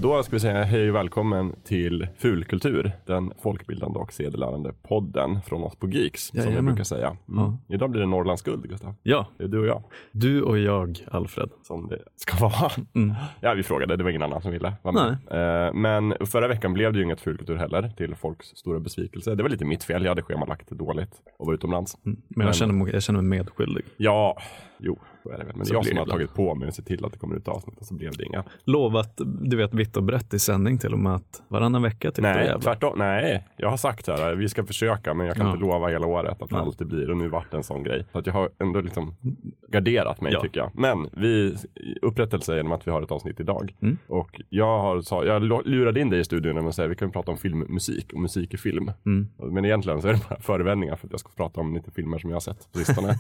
Då ska vi säga hej och välkommen till Fulkultur, den folkbildande och sedelärande podden från oss på Geeks, som vi brukar säga. Idag blir det Norrlands guld, Gustav. Ja. Det är du och jag. Du och jag, Alfred. Som det ska vara. Ja, vi frågade, det var ingen annan som ville vara med. Men förra veckan blev det ju inget Fulkultur heller, till folks stora besvikelse. Det var lite mitt fel, jag hade schemalagt det dåligt och var utomlands. Men jag känner mig medskyldig. Ja, jo. Så är det väl. Men så jag som har tagit på mig att se till att det kommer ut avsnitt, och så blev det inga. Lovat, du vet, vitt och brett i sändning till och med att varannan vecka till. Nej, tvärtom. Nej, jag har sagt så här, vi ska försöka, men jag kan inte lova hela året att det alltid blir, och nu vart det en sån grej. Så att jag har ändå liksom garderat mig, tycker jag. Men vi upprättelse genom att vi har ett avsnitt idag. Och jag lurade in dig i studion och säger vi kan prata om filmmusik och musik i film. Men egentligen så är det bara förevändningar för att jag ska prata om lite filmer som jag har sett på sistone.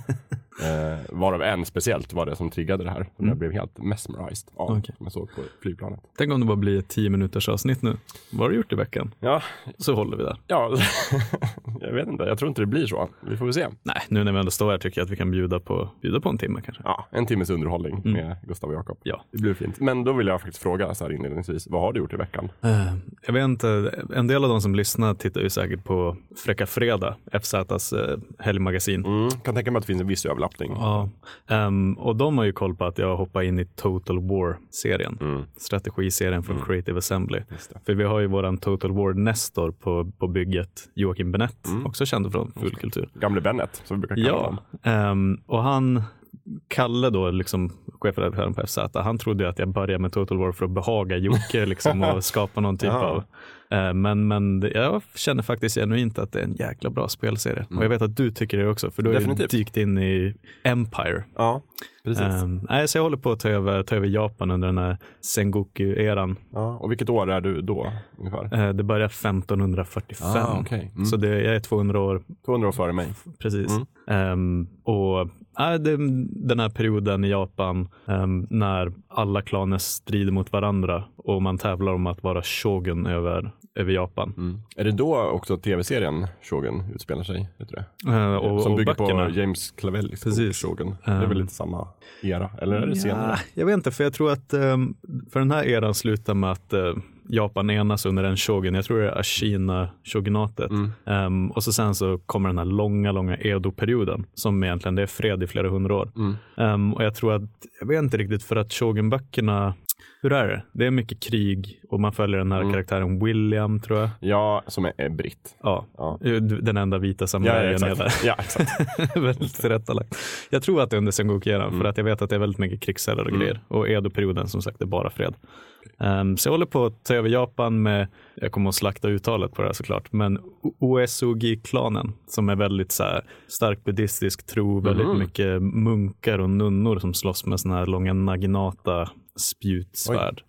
Varav en speciellt var det som triggade det här. Jag blev helt mesmerized av som jag såg på flygplanet. Tänk om det bara blir ett 10 minuters avsnitt nu. Vad har du gjort i veckan? Ja. Så håller vi där. Ja, jag vet inte. Jag tror inte det blir så. Vi får väl se. Nej, nu när vi ändå står här tycker jag att vi kan bjuda på en timme kanske. Ja, en timmes underhållning med Gustav och Jakob. Ja. Det blir fint. Men då vill jag faktiskt fråga så här inledningsvis. Vad har du gjort i veckan? Jag vet inte. En del av de som lyssnar tittar ju säkert på Fräcka Fredag, FZ:s helgmagasin. Kan tänka mig att det finns en viss överlappning. Ja. Och de har ju koll på att jag hoppar in i Total War-serien. Strategiserien från Creative Assembly. För vi har ju våran Total War-nestor på bygget, Joakim Bennett, också känd från Fulkultur. Gamle Bennett, som vi brukar kalla honom. Och han, Kalle då, liksom chefredaktören på FZ, han trodde att jag började med Total War för att behaga Jocke liksom, och skapa någon typ av men jag känner faktiskt genuint att det är en jäkla bra spelserie. Och jag vet att du tycker det också, för du har ju dykt in i Empire. Ja, precis. Så jag håller på att ta över Japan under den här Sengoku-eran. Ja, och vilket år är du då ungefär? Det börjar 1545. Så jag är 200 år före mig. Precis. Och den här perioden i Japan när alla klaner strider mot varandra och man tävlar om att vara shogun över Japan. Är det då också tv-serien Shogun utspelar sig? Vet du det? Som bygger böckerna på James Clavell Shogun. Det är väl lite samma era? Eller är det senare? Jag vet inte, för jag tror att för den här eran slutar med att Japan enas under en shogun. Jag tror det är Ashina-shogunatet. Och sen så kommer den här långa Edo-perioden som egentligen det är fred i flera hundra år. Och jag tror att, jag vet inte riktigt, för att shogun-böckerna, hur är det? Det är mycket krig och man följer den här karaktären William, tror jag. Ja, som är britt. Ja. Den enda vita samurajen är där. Ja, exakt. Väldigt tillrättalagt. Jag tror att det är under Sengoku-eran, för att jag vet att det är väldigt mycket krigsherrar och grejer. Och Edo-perioden, som sagt, är bara fred. Så jag håller på att ta över Japan med, jag kommer att slakta uttalet på det här såklart, men Uesugi-klanen, som är väldigt så här stark buddhistisk tro, väldigt mycket munkar och nunnor som slåss med såna här långa naginata spjutsvärd.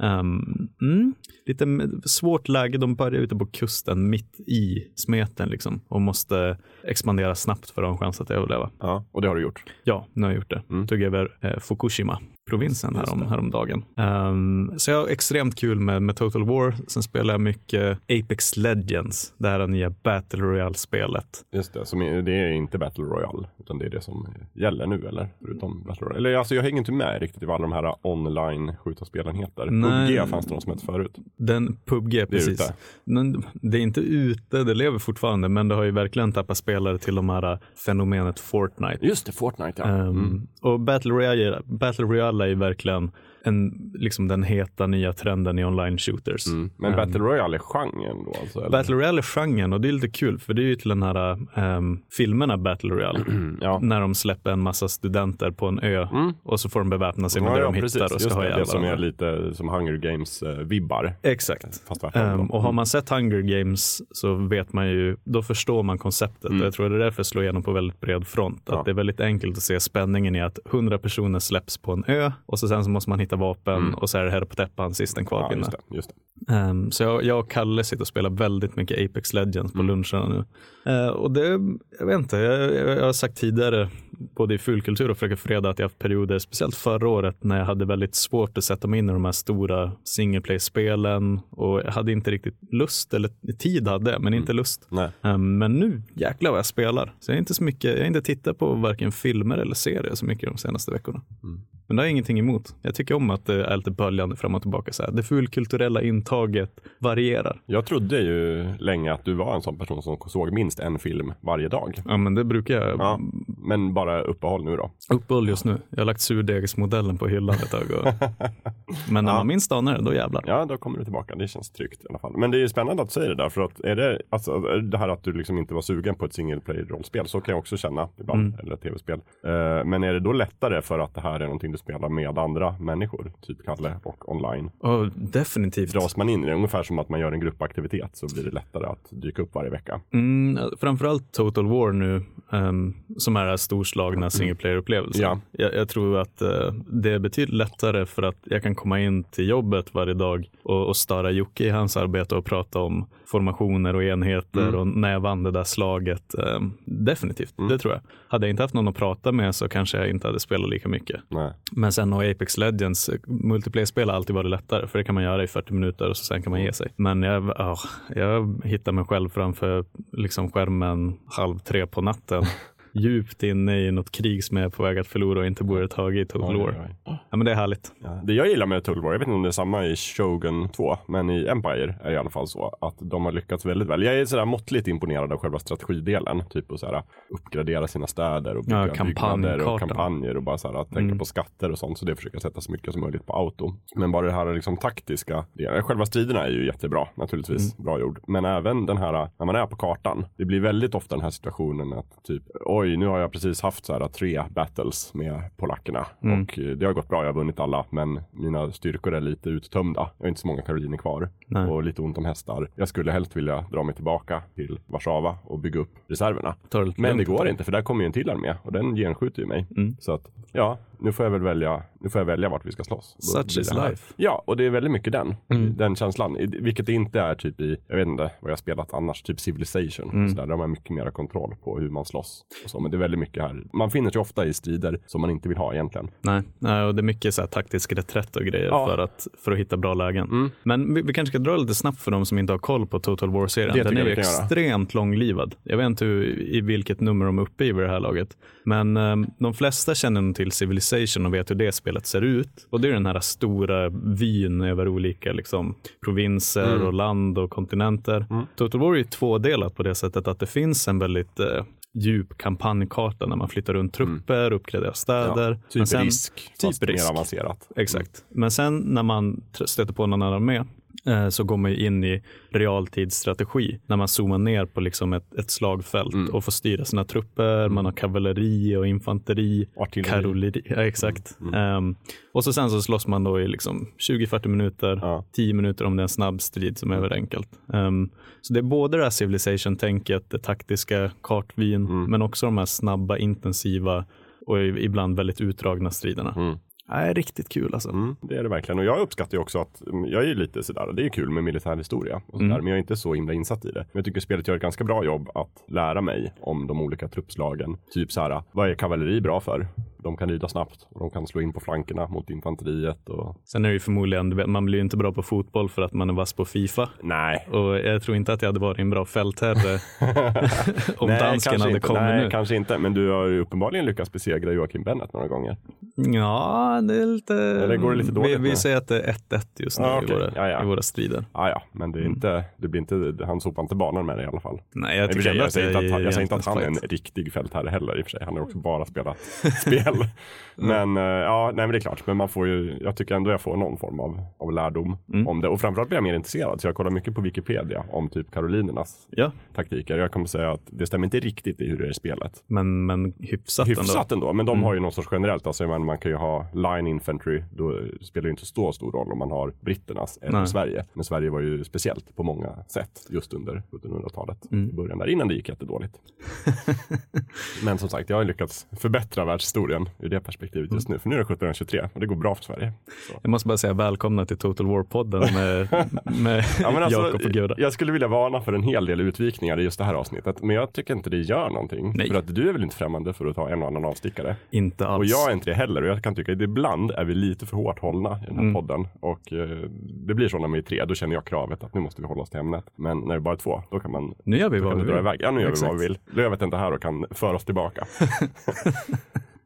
Lite svårt läge, de börjar ute på kusten mitt i smeten liksom, och måste expandera snabbt för att ha en chans att överleva. Ja, och det har du gjort? Ja, nu har jag gjort det. Tog över Fukushima-provinsen häromdagen. Så jag har extremt kul med Total War. Sen spelar jag mycket Apex Legends, det här nya Battle Royale-spelet. Just det, det är inte Battle Royale, utan det är det som gäller nu, eller? Förutom Battle Royale. Eller alltså, jag hänger inte med riktigt i vad alla de här online-skjutarspelen heter. PUBG fanns det någon som hette förut. Den PUBG, precis. Det är inte ute, det lever fortfarande, men det har ju verkligen tappat spelare till de här fenomenet Fortnite. Just det, Fortnite, ja. Och Battle Royale är ju verkligen liksom den heta nya trenden i online shooters. Men Battle Royale är genren då alltså? Eller? Battle Royale är genren, och det är lite kul för det är ju till den här filmerna Battle Royale när de släpper en massa studenter på en ö och så får de beväpna sig med det de hittar och ska ha ihjäl det som är lite som Hunger Games-vibbar. Exakt. Fast och har man sett Hunger Games så vet man ju, då förstår man konceptet. Jag tror det är därför slår igenom på väldigt bred front. Att det är väldigt enkelt att se spänningen i att 100 personer släpps på en ö och sen så måste man hitta vapen och så är det här på täppan sisten kvar pinne. Just det. Så jag och Kalle sitter och spelar väldigt mycket Apex Legends på luncherna nu. Och det, jag vet inte, jag har sagt tidigare både i Fulkultur och Fräcka Fredag att jag haft perioder, speciellt förra året, när jag hade väldigt svårt att sätta mig in i de här stora singleplay-spelen och jag hade inte riktigt lust, eller tid hade men inte lust. Men nu jäklar vad jag spelar. Så jag har inte tittat på varken filmer eller serier så mycket de senaste veckorna. Men det har jag ingenting emot. Jag tycker om att det är lite böljande fram och tillbaka. Så här. Det fulkulturella intaget varierar. Jag trodde ju länge att du var en sån person som såg minst en film varje dag. Ja, men det brukar jag. Ja, men bara uppehåll nu då. Uppehåll just nu. Jag har lagt surdegsmodellen på hyllan ett tag. Men när man minst anar det, då jävlar. Ja, då kommer du tillbaka. Det känns tryggt i alla fall. Men det är spännande att säga det där. För att är det, alltså, det här att du liksom inte var sugen på ett single play-rollspel, så kan jag också känna ibland. Eller tv-spel. Men är det då lättare för att det här är någonting du spelar med andra människor? Typ Kalle och online? Definitivt. Dras man in i det, ungefär som att man gör en gruppaktivitet, så blir det lättare att dyka upp varje vecka. Framförallt Total War nu, som är storslagna single player-upplevelser. Ja. Jag tror att det är betydligt lättare för att jag kan komma in till jobbet varje dag och störa Jocke i hans arbete och prata om formationer och enheter och när jag vann det där slaget. Definitivt, det tror jag. Hade jag inte haft någon att prata med så kanske jag inte hade spelat lika mycket. Nej. Men sen har Apex Legends multiplayer-spel har alltid varit lättare, för det kan man göra i 40 minuter och så sen kan man ge sig. Men jag hittar mig själv framför liksom skärmen 2:30 på natten. Djupt inne i något krig som är på väg att förlora och inte borde ta i Total War. Ja, men det är härligt. Ja. Det jag gillar med Total War, jag vet inte om det är samma i Shogun 2, men i Empire är det i alla fall så att de har lyckats väldigt väl. Jag är sådär måttligt imponerad av själva strategidelen, typ att sådär uppgradera sina städer och bygga byggnader och kampanjer och bara såhär tänka på skatter och sånt, så det försöker sätta så mycket som möjligt på auto. Men bara det här liksom taktiska delen. Själva striderna är ju jättebra, naturligtvis, bra gjord. Men även den här, när man är på kartan, det blir väldigt ofta den här situationen att typ, oj, nu har jag precis haft så här 3 battles med polackerna och det har gått bra, jag har vunnit alla, men mina styrkor är lite uttömda. Jag har inte så många karoliner kvar. Nej. Och lite ont om hästar. Jag skulle helst vilja dra mig tillbaka till Warszawa och bygga upp reserverna. Men det går inte, för där kommer ju en till armé och den genskjuter ju mig. Så att, ja, nu får jag väl välja vart vi ska slåss. Such is life. Ja, och det är väldigt mycket den känslan, vilket inte är typ i, jag vet inte vad jag spelat annars, typ Civilization. Så där har man mycket mer kontroll på hur man slåss och så, men det är väldigt mycket här. Man finner sig ofta i strider som man inte vill ha egentligen. Nej, och det är mycket så här taktisk reträtt och grejer för att hitta bra lägen. Men vi kanske ska dra lite snabbt för de som inte har koll på Total War-serien. Den är ju extremt långlivad. Jag vet inte i vilket nummer de är uppe i vid det här laget. Men de flesta känner nog till Civilization och vet hur det spelet ser ut. Och det är den här stora vyn över olika liksom, provinser och land och kontinenter. Total War är ju tvådelat på det sättet att det finns en väldigt djup kampanjkarta när man flyttar runt trupper, uppgraderar städer. Typ risk, fast mer avancerat. Exakt. Men sen när man stöter på någon annan armé så går man in i realtidsstrategi när man zoomar ner på liksom ett slagfält och får styra sina trupper. Man har kavalleri och infanteri, karolleri. Ja, exakt. Och så sen så slåss man då i liksom 20-40 minuter, 10 minuter om det är en snabb strid som är över enkelt. Så det är både det här Civilization-tänket, det taktiska kartvin, men också de här snabba, intensiva och ibland väldigt utdragna striderna. Det är riktigt kul alltså. Det är det verkligen. Och jag uppskattar ju också att jag är ju lite sådär, det är kul med militärhistoria och sådär, men jag är inte så himla insatt i det. Men jag tycker spelet gör ett ganska bra jobb att lära mig om de olika truppslagen. Typ såhär, vad är kavalleri bra för? De kan rida snabbt och de kan slå in på flankerna mot infanteriet. Sen är det ju förmodligen, man blir ju inte bra på fotboll för att man är vass på FIFA. Nej. Och jag tror inte att jag hade varit en bra fältherre om dansken hade kommit nu. Nej, kanske inte. Men du har ju uppenbarligen lyckats besegra Joakim Bennett några gånger. Ja, det är lite... Eller går det lite dåligt? Vi säger att det är 1-1 just nu i våra strider. Ja, men det är inte, det blir inte, han sopar inte banan med det i alla fall. Nej, jag tycker jag säger inte att han är en riktig fältherre heller i och för sig. Han har också bara spelat spel. Men nej, men det är klart. Men man får ju, jag tycker ändå jag får någon form av lärdom om det. Och framförallt blir jag mer intresserad. Så jag kollar mycket på Wikipedia om typ karolinernas taktiker. Jag kommer säga att det stämmer inte riktigt i hur det är i spelet. Men hyfsat ändå. Men de har ju något sorts generellt. Alltså man kan ju ha line infantry. Då spelar det inte så stor roll om man har britternas eller Sverige. Men Sverige var ju speciellt på många sätt just under 1700-talet. I början där, innan det gick jättedåligt. Men som sagt, jag har lyckats förbättra världshistorien ur det perspektivet just nu. För nu är det 1723 och det går bra för Sverige. Så. Jag måste bara säga välkomna till Total War-podden med Jakob och Gura. Jag skulle vilja varna för en hel del utvikningar i just det här avsnittet. Men jag tycker inte det gör någonting. Nej. För att du är väl inte främmande för att ta en och annan avstickare? Inte alls. Och jag är inte det heller. Och jag kan tycka att ibland är vi lite för hårt hållna i den här podden. Och det blir så när vi är 3. Då känner jag kravet att nu måste vi hålla oss till ämnet. Men när det bara är 2, då kan man... Nu gör vi vad vi vill. Ja, nu gör vi vad vi vill. Lövet är inte här och kan föra oss tillbaka.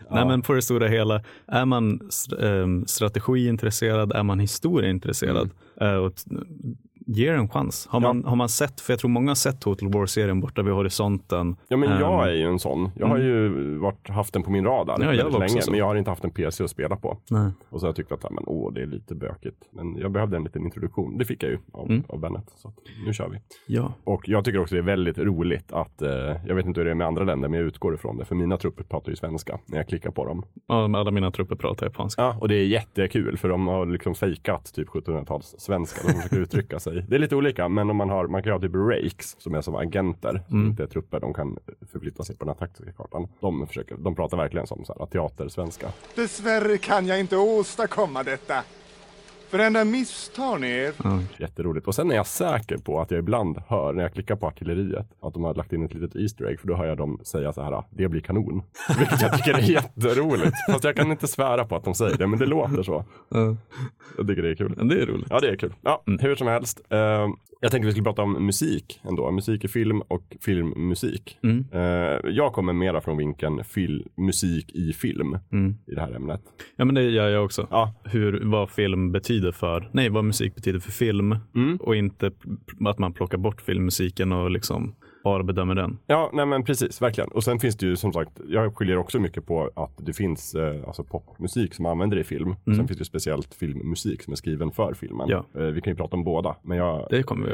Nej, men på det stora hela, är man strategiintresserad, är man historieintresserad, och ger en chans. Har man sett, för jag tror många har sett Total War-serien borta vid horisonten. Ja, men jag är ju en sån. Jag har ju haft den på min radar väldigt länge, men jag har inte haft en PC att spela på. Nej. Och så har jag tyckt att det är lite bökigt. Men jag behövde en liten introduktion. Det fick jag ju av Bennett. Så nu kör vi. Ja. Och jag tycker också det är väldigt roligt att, jag vet inte hur det är med andra länder, men jag utgår ifrån det. För mina trupper pratar ju svenska när jag klickar på dem. Ja, alla mina trupper pratar japanska. Ja, och det är jättekul för de har liksom fejkat typ 1700-tals svenska. De försöker uttrycka sig. Det är lite olika, men om man kan ha typ rakes som är som agenter, som inte är trupper, de kan förflytta sig på den här taktiska kartan. De pratar verkligen som så här teatersvenska. Dessvärre kan jag inte åstadkomma detta. För enda misstar ni er. Jätteroligt. Och sen är jag säker på att jag ibland hör när jag klickar på artilleriet att de har lagt in ett litet easter egg, för då hör jag dem säga så här: det blir kanon. Vilket jag tycker är jätteroligt. Fast jag kan inte svära på att de säger det, men det låter så. Jag tycker det är kul. Det är roligt. Ja, det är kul. Ja, hur som helst. Jag tänkte vi skulle prata om musik ändå. Musik i film och filmmusik. Jag kommer mera från vinkeln musik i film i det här ämnet. Ja, men det gör jag också. Ja. Vad film betyder vad musik betyder för film, och inte att man plockar bort filmmusiken och liksom bara bedömer den. Ja, nej men precis, verkligen. Och sen finns det ju som sagt, jag skiljer också mycket på att det finns alltså popmusik som använder det i film. Sen finns det speciellt filmmusik som är skriven för filmen. Ja. Vi kan ju prata om båda, men jag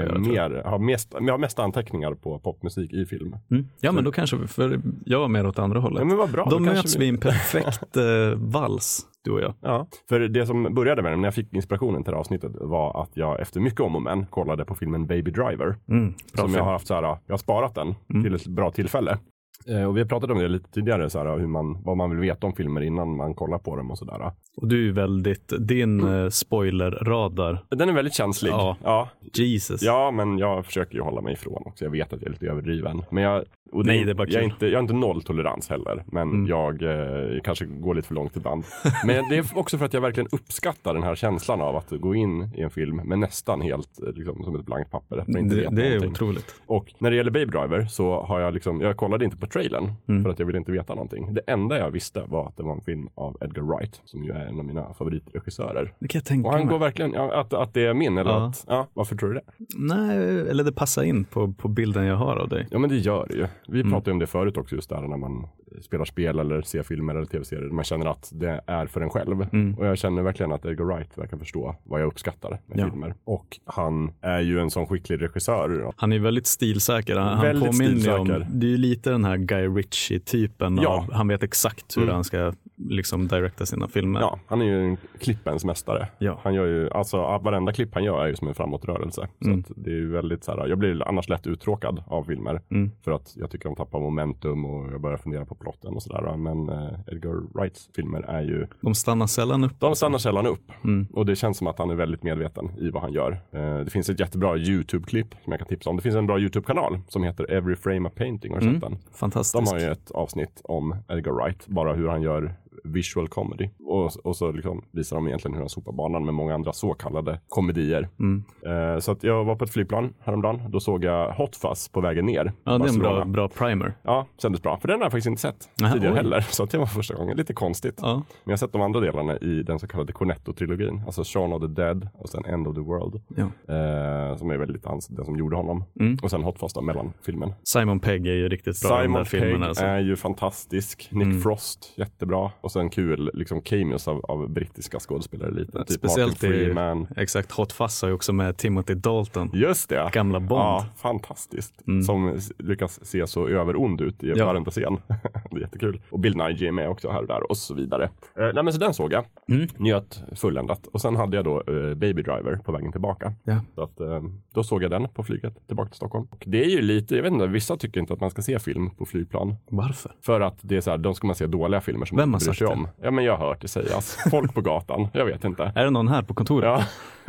har mest anteckningar på popmusik i film. Ja, men då kanske, för jag var mer åt andra hållet. Ja, men vad bra. Då möts vi en perfekt vals, du och jag. Ja, för det som började med när jag fick inspirationen till det avsnittet var att jag efter mycket om och men kollade på filmen Baby Driver. Som jag har haft så här, jag har sparat den till ett bra tillfälle. Och vi har pratat om det lite tidigare, så här, vad man vill veta om filmer innan man kollar på dem och sådär. Och du är väldigt, din spoilerradar. Den är väldigt känslig. Ja. Jesus. Ja, men jag försöker ju hålla mig ifrån också. Jag vet att jag är lite överdriven. Men jag har inte nolltolerans heller. Men jag kanske går lite för långt ibland. Men det är också för att jag verkligen uppskattar den här känslan av att gå in i en film med nästan helt liksom, som ett blankt papper. Det är otroligt. Och när det gäller Baby Driver så har jag kollade inte på trailern för att jag ville inte veta någonting. Det enda jag visste var att det var en film av Edgar Wright, som ju är en av mina favoritregissörer. Det kan jag tänka mig. Och han går verkligen, att det är min, eller varför tror du det? Nej, eller det passar in på bilden jag har av dig. Ja, men det gör det ju. Vi pratade om det förut också, just där när man spelar spel eller ser filmer eller tv-serier. Man känner att det är för en själv. Och jag känner verkligen att Edgar Wright verkar förstå vad jag uppskattar med filmer. Och han är ju en sån skicklig regissör. Han är väldigt stilsäker. Han påminner om, det är ju lite den här Guy Ritchie-typen. Han vet exakt hur han ska liksom directa sina filmer. Ja, han är ju en klippens mästare. Ja. Han gör ju, alltså varenda klipp han gör är ju som en framåtrörelse. Så att det är ju väldigt så här, jag blir annars lätt uttråkad av filmer. För att jag tycker de tappar momentum och jag börjar fundera på plotten och sådär. Men Edgar Wrights filmer är ju... De stannar sällan upp. Och det känns som att han är väldigt medveten i vad han gör. Det finns ett jättebra YouTube-klipp som jag kan tipsa om. Det finns en bra YouTube-kanal som heter Every Frame a Painting. Har du sett den? Fantastiskt. De har ju ett avsnitt om Edgar Wright. Bara hur han gör visual comedy. Och så liksom visar de egentligen hur han sopar banan med många andra så kallade komedier. Så att jag var på ett flygplan häromdagen. Då såg jag Hot Fuzz på vägen ner. Ja, det är en bra primer. Ja, kändes bra. För den har jag faktiskt inte sett tidigare heller. Så att det var första gången. Lite konstigt. Ja. Men jag har sett de andra delarna i den så kallade Cornetto-trilogin. Alltså Shaun of the Dead och sen End of the World. Ja. Som är väldigt den som gjorde honom. Och sen Hot Fuzz mellan filmen. Simon Pegg är ju riktigt bra. Simon Pegg är ju fantastisk. Nick Frost, jättebra. Och sen kul liksom cameos av brittiska skådespelare lite. Typ speciellt Martin Freeman. Exakt, Hot Fuzz har ju också med Timothy Dalton. Just det. Gamla Bond. Ja, fantastiskt. Som lyckas se så överond ut i varenda scen. Det är jättekul. Och Bill Nighy är med också här och där och så vidare. Nej, men så den såg jag. Njöt fulländat. Och sen hade jag då Baby Driver på vägen tillbaka. Ja. Så att, då såg jag den på flyget tillbaka till Stockholm. Och det är ju lite, jag vet inte, vissa tycker inte att man ska se film på flygplan. Varför? För att det är så här, de ska man se dåliga filmer som man bryr sig om. Ja, men jag har hört det sägas. Folk på gatan, jag vet inte. Är det någon här på kontoret? Ja.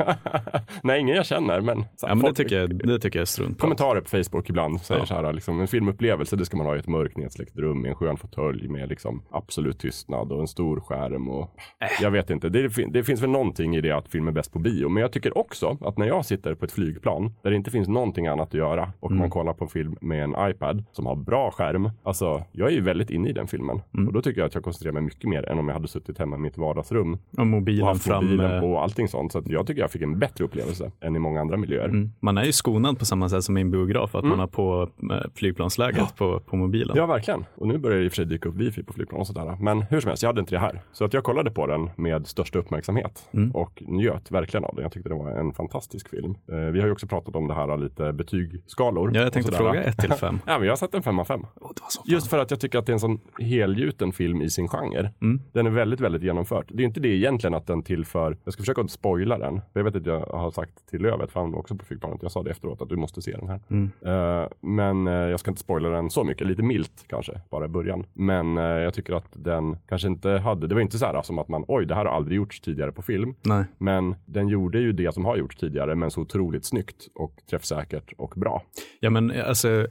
Nej, ingen jag känner, men... Så här, men det tycker jag är strunt. Kommentarer på Facebook ibland säger så här, liksom, en filmupplevelse, det ska man ha i ett mörkt nedsläckt rum i en skön grön fåtölj med liksom absolut tystnad och en stor skärm och jag vet inte. Det finns väl någonting i det att film är bäst på bio, men jag tycker också att när jag sitter på ett flygplan där det inte finns någonting annat att göra och man kollar på en film med en iPad som har bra skärm, alltså jag är ju väldigt inne i den filmen och då tycker jag att jag koncentrerar mig mycket mer än om jag hade suttit hemma i mitt vardagsrum och mobilen framme och allting sånt, så att jag tycker jag fick en bättre upplevelse än i många andra miljöer. Man är ju skonad på samma sätt som i en biograf att man har på flygplansläget på mobilen. Ja, verkligen. Och nu börjar det i och för sig dyka upp wifi på flygplan och sådär. Men hur som helst, jag hade inte det här. Så att jag kollade på den med största uppmärksamhet och njöt verkligen av den. Jag tyckte det var en fantastisk film. Vi har ju också pratat om det här lite betygsskalor. Ja, jag tänkte fråga 1-5. Ja, men jag har satt en 5 av 5. Just för att jag tycker att det är en sån helgjuten film i sin genre. Den är väldigt, väldigt genomfört. Det är inte det egentligen att den tillför... Jag ska försöka inte spoila den. Jag vet att jag har sagt till Lövet, för han var också på flygplanet. Jag sa det efteråt att du måste se den här. Men jag ska inte spoila den så mycket. Lite milt kanske, bara i början. Men jag tycker att den kanske inte hade... Det var inte så här som att man, oj, det här har aldrig gjorts tidigare på film. Nej. Men den gjorde ju det som har gjorts tidigare, men så otroligt snyggt och träffsäkert och bra. Ja, men alltså,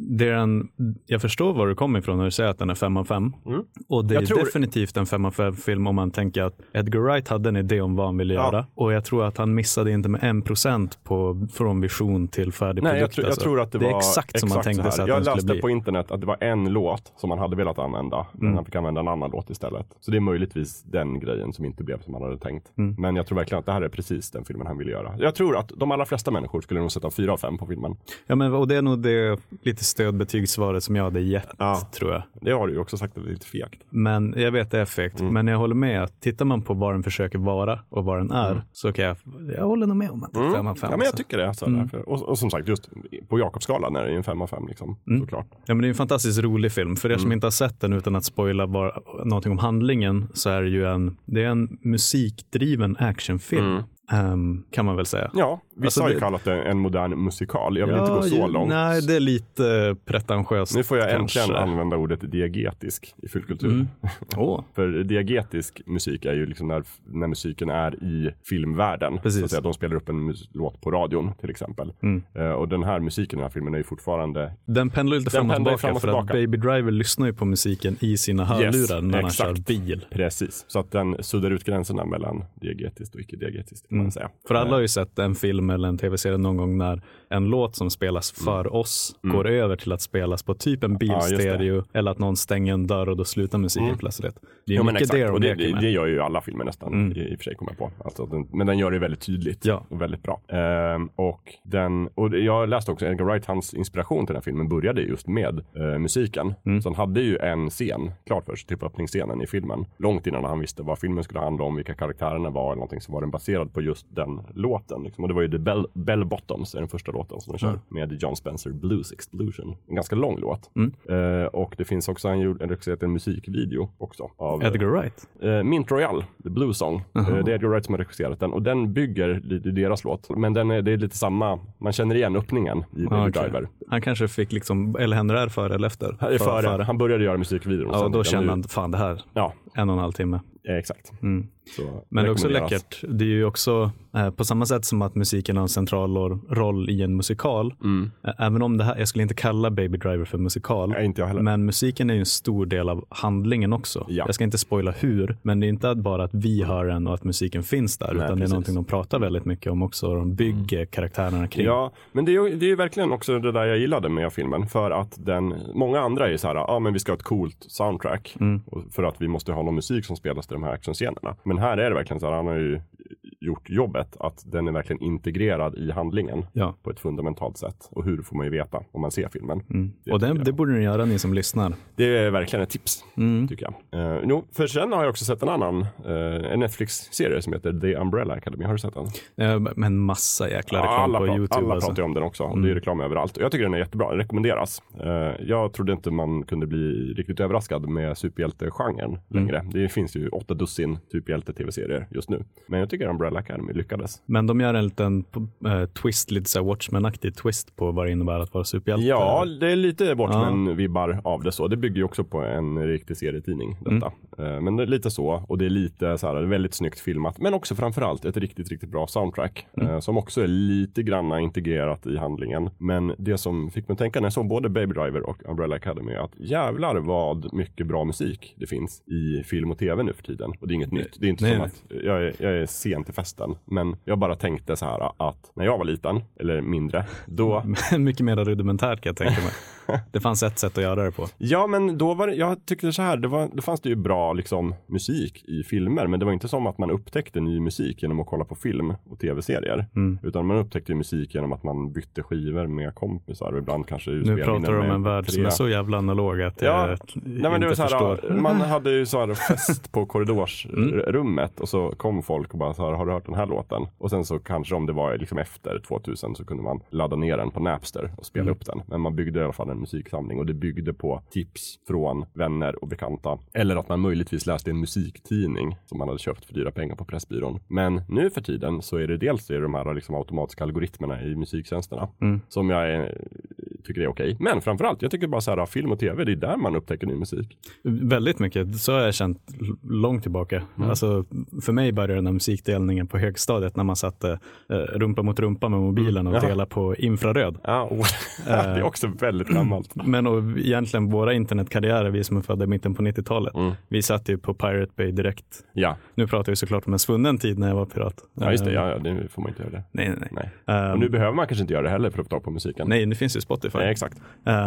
jag förstår var du kommer ifrån när du säger att den är 5 av 5. Och det är definitivt en 5 av 5 film om man tänker att Edgar Wright hade en idé om vad han ville göra. Och jag tror att han missade inte med 1% från vision till färdig produkt. Jag tror att det är exakt som man tänkte sig att jag den skulle bli. Jag läste på internet att det var en låt som man hade velat använda, men han fick använda en annan låt istället. Så det är möjligtvis den grejen som inte blev som man hade tänkt. Men jag tror verkligen att det här är precis den filmen han ville göra. Jag tror att de allra flesta människor skulle nog sätta 4 av 5 på filmen. Ja, men och det är nog det lite stödbetygssvaret som jag hade gett, tror jag. Det har du ju också sagt att det är lite fegt. Men jag vet det är fegt. Men jag håller med att tittar man på vad den försöker vara och vad den är, så kan jag håller nog med om att det är 5 av 5. Ja, men jag tycker det. Så och som sagt, just på Jakobsskalan är det ju en 5 av 5 liksom, såklart. Ja, men det är en fantastiskt rolig film. För er som inte har sett den utan att spoila någonting om handlingen, så är det ju en musikdriven actionfilm. Kan man väl säga. Ja, vissa har ju kallat det en modern musikal. Jag vill inte gå så långt. Nej, det är lite pretentiöst. Nu får jag äntligen använda ordet diegetisk i fullkultur. För diegetisk musik är ju liksom när musiken är i filmvärlden. Precis. Så att säga, de spelar upp en låt på radion till exempel. Och den här musiken i den här filmen är ju fortfarande... Den pendlar lite fram och tillbaka för att Baby Driver lyssnar ju på musiken i sina hörlurar när han kör bil. Precis, så att den suddar ut gränserna mellan diegetiskt och icke-diegetiskt. För alla har ju sett en film eller en tv-serie någon gång när en låt som spelas för oss går över till att spelas på typ en bilstereo eller att någon stänger en dörr och då slutar musiken plötsligt. Det är mycket det gör ju alla filmer nästan i och för sig, kommer jag på. Alltså, men den gör det väldigt tydligt och väldigt bra. Och jag läste också Edgar Wright, hans inspiration till den här filmen började just med musiken. Så han hade ju en scen klart för sig, typ öppningsscenen i filmen. Långt innan han visste vad filmen skulle handla om, vilka karaktärerna var eller någonting, så var den baserad på just den låten. Liksom. Och det var ju The Bell Bottoms, är den första låten som de kör med John Spencer, Blues Explosion. En ganska lång låt. Och det finns också en musikvideo också av Edgar Wright. Mint Royale, The Blues Song. Det är Edgar Wright som har regisserat den och den bygger lite deras låt. Men det är lite samma, man känner igen öppningen i Baby Driver. Han kanske fick liksom, eller hände det före eller efter? Före. Han började göra musikvideon. Ja, och då kände han, fan det här, 1,5 timme. Exakt. Så, men det är också läckert. Det är ju också på samma sätt som att musiken har en central roll i en musikal. Även om det här, jag skulle inte kalla Baby Driver för musikal. Inte jag heller. Men musiken är ju en stor del av handlingen också. Jag ska inte spoila hur, men det är inte bara att vi hör den och att musiken finns där. Utan det är någonting de pratar väldigt mycket om också. De bygger karaktärerna kring. Ja, men det är ju verkligen också det där jag gillade med filmen. För att många andra är så här, men vi ska ha ett coolt soundtrack. För att vi måste ha någon musik som spelas till de här actionscenerna. Men här är det verkligen så här, han har ju gjort jobbet att den är verkligen integrerad i handlingen på ett fundamentalt sätt. Och hur får man ju veta om man ser filmen. Och det borde ni göra, ni som lyssnar. Det är verkligen ett tips, tycker jag. För sen har jag också sett en Netflix-serie som heter The Umbrella Academy. Har du sett den? Men massa jäkla reklam på YouTube. Alla pratar ju om den också. Och det är reklam överallt. Och jag tycker den är jättebra. Den rekommenderas. Jag trodde inte man kunde bli riktigt överraskad med superhjältegenren längre. Det finns ju 8 dussin superhjälte-tv-serier just nu. Men jag tycker Umbrella Umbrella Academy lyckades. Men de gör en liten twist, lite så här Watchmen-aktig twist på vad det innebär att vara superhjälte. Ja, det är lite Watchmen-vibbar av det så. Det bygger ju också på en riktig serietidning detta. Men det är lite så, och det är lite så här, väldigt snyggt filmat, men också framförallt ett riktigt, riktigt bra soundtrack som också är lite granna integrerat i handlingen. Men det som fick mig att tänka när jag såg både Baby Driver och Umbrella Academy är att jävlar vad mycket bra musik det finns i film och tv nu för tiden. Och det är inget nytt. Det är inte som att jag är sen till festen, men jag bara tänkte så här att när jag var liten, eller mindre, då... mycket mer rudimentärt kan jag tänka mig. Det fanns ett sätt att göra det på. Ja, men då var det, jag tyckte så här, då fanns det ju bra liksom musik i filmer, men det var inte som att man upptäckte ny musik genom att kolla på film och tv-serier. Utan man upptäckte ju musik genom att man bytte skivor med kompisar och ibland kanske nu pratar du om en värld som är så jävla analog att jag men det var så här, man hade ju så här fest på korridorsrummet och så kom folk och bara så här, har du hört den här låten? Och sen så kanske om det var liksom efter 2000 så kunde man ladda ner den på Napster och spela upp den. Men man byggde i alla fall en musiksamling och det byggde på tips från vänner och bekanta. Eller att man möjligtvis läste en musiktidning som man hade köpt för dyra pengar på Pressbyrån. Men nu för tiden så är det dels de här liksom automatiska algoritmerna i musiktjänsterna som jag tycker är okej. Men framförallt, jag tycker bara så här, film och tv, det är där man upptäcker ny musik. Väldigt mycket. Så har jag känt långt tillbaka. Alltså, för mig började den här musikdelningen på högstadiet när man satte rumpa mot rumpa med mobilen och delade på infraröd. Ja, det är också väldigt gammalt. Men och egentligen våra internetkarriärer, vi som är födda i mitten på 90-talet, vi satt ju på Pirate Bay direkt. Ja. Nu pratar vi såklart om en svunnen tid när jag var pirat. Ja, just det. Ja, det får man inte göra det. Nej. Och nu behöver man kanske inte göra det heller för att få tag på musiken. Nej, det finns ju Spotify. Nej, exakt.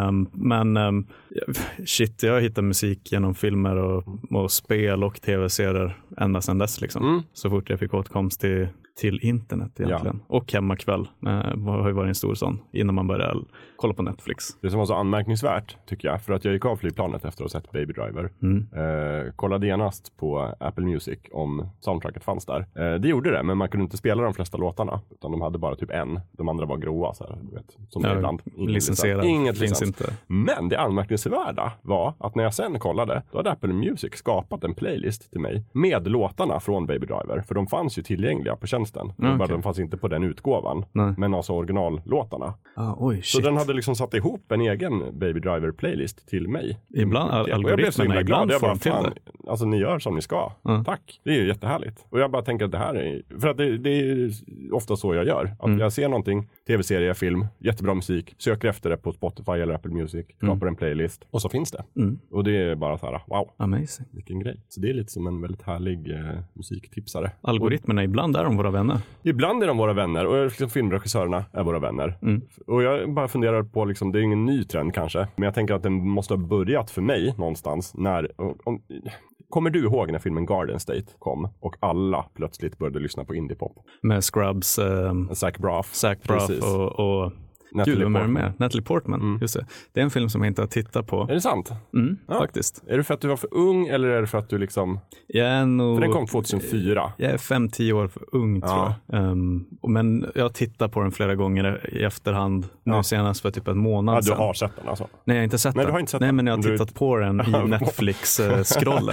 Jag har hittat musik genom filmer och spel och tv-serier ända sedan dess liksom. Så fort jag fick åtkomst till internet egentligen. Ja. Och hemmakväll har ju varit en stor sån innan man började kolla på Netflix. Det som var så anmärkningsvärt tycker jag, för att jag gick av flygplanet efter att ha sett Baby Driver. Kollade genast på Apple Music om soundtracket fanns där. Det gjorde det, men man kunde inte spela de flesta låtarna, utan de hade bara typ en. De andra var gråa så här, du vet, som det ibland. Inget finns inte. Men det anmärkningsvärda var att när jag sen kollade, då hade Apple Music skapat en playlist till mig med låtarna från Baby Driver, för de fanns ju tillgängliga på tjänsten. De fanns inte på den utgåvan. Men alltså originallåtarna. Så den hade liksom satt ihop en egen Baby Driver playlist till mig. Ibland algoritmerna ibland får de till det. Alltså ni gör som ni ska. Tack. Det är ju jättehärligt. Och jag bara tänker att det här är, för att det är ofta så jag gör. Att jag ser någonting, tv-serie, film, jättebra musik, söker efter det på Spotify eller Apple Music, skapar en playlist och så finns det. Och det är bara så här, wow. Amazing. Vilken grej. Så det är lite som en väldigt härlig musiktipsare. Algoritmerna ibland är de våra vänner. Ibland är de våra vänner och liksom filmregissörerna är våra vänner. Och jag bara funderar på, liksom, det är ingen ny trend kanske, men jag tänker att den måste ha börjat för mig någonstans när... Kommer du ihåg när filmen Garden State kom och alla plötsligt började lyssna på indie-pop? Med Scrubs, Zach Braff och Natalie Portman. Just det. Det är en film som jag inte har tittat på. Är det sant? Faktiskt. Är det för att du var för ung eller är det för att du liksom... För den kom 2004. Jag är 5-10 år för ung tror jag. Men jag har tittat på den flera gånger i efterhand. Nu senast för typ en månad sedan. Du har sett den alltså? Nej, jag har inte sett den. Du har inte sett den? Den? Men jag har tittat på den i Netflix-scrollen.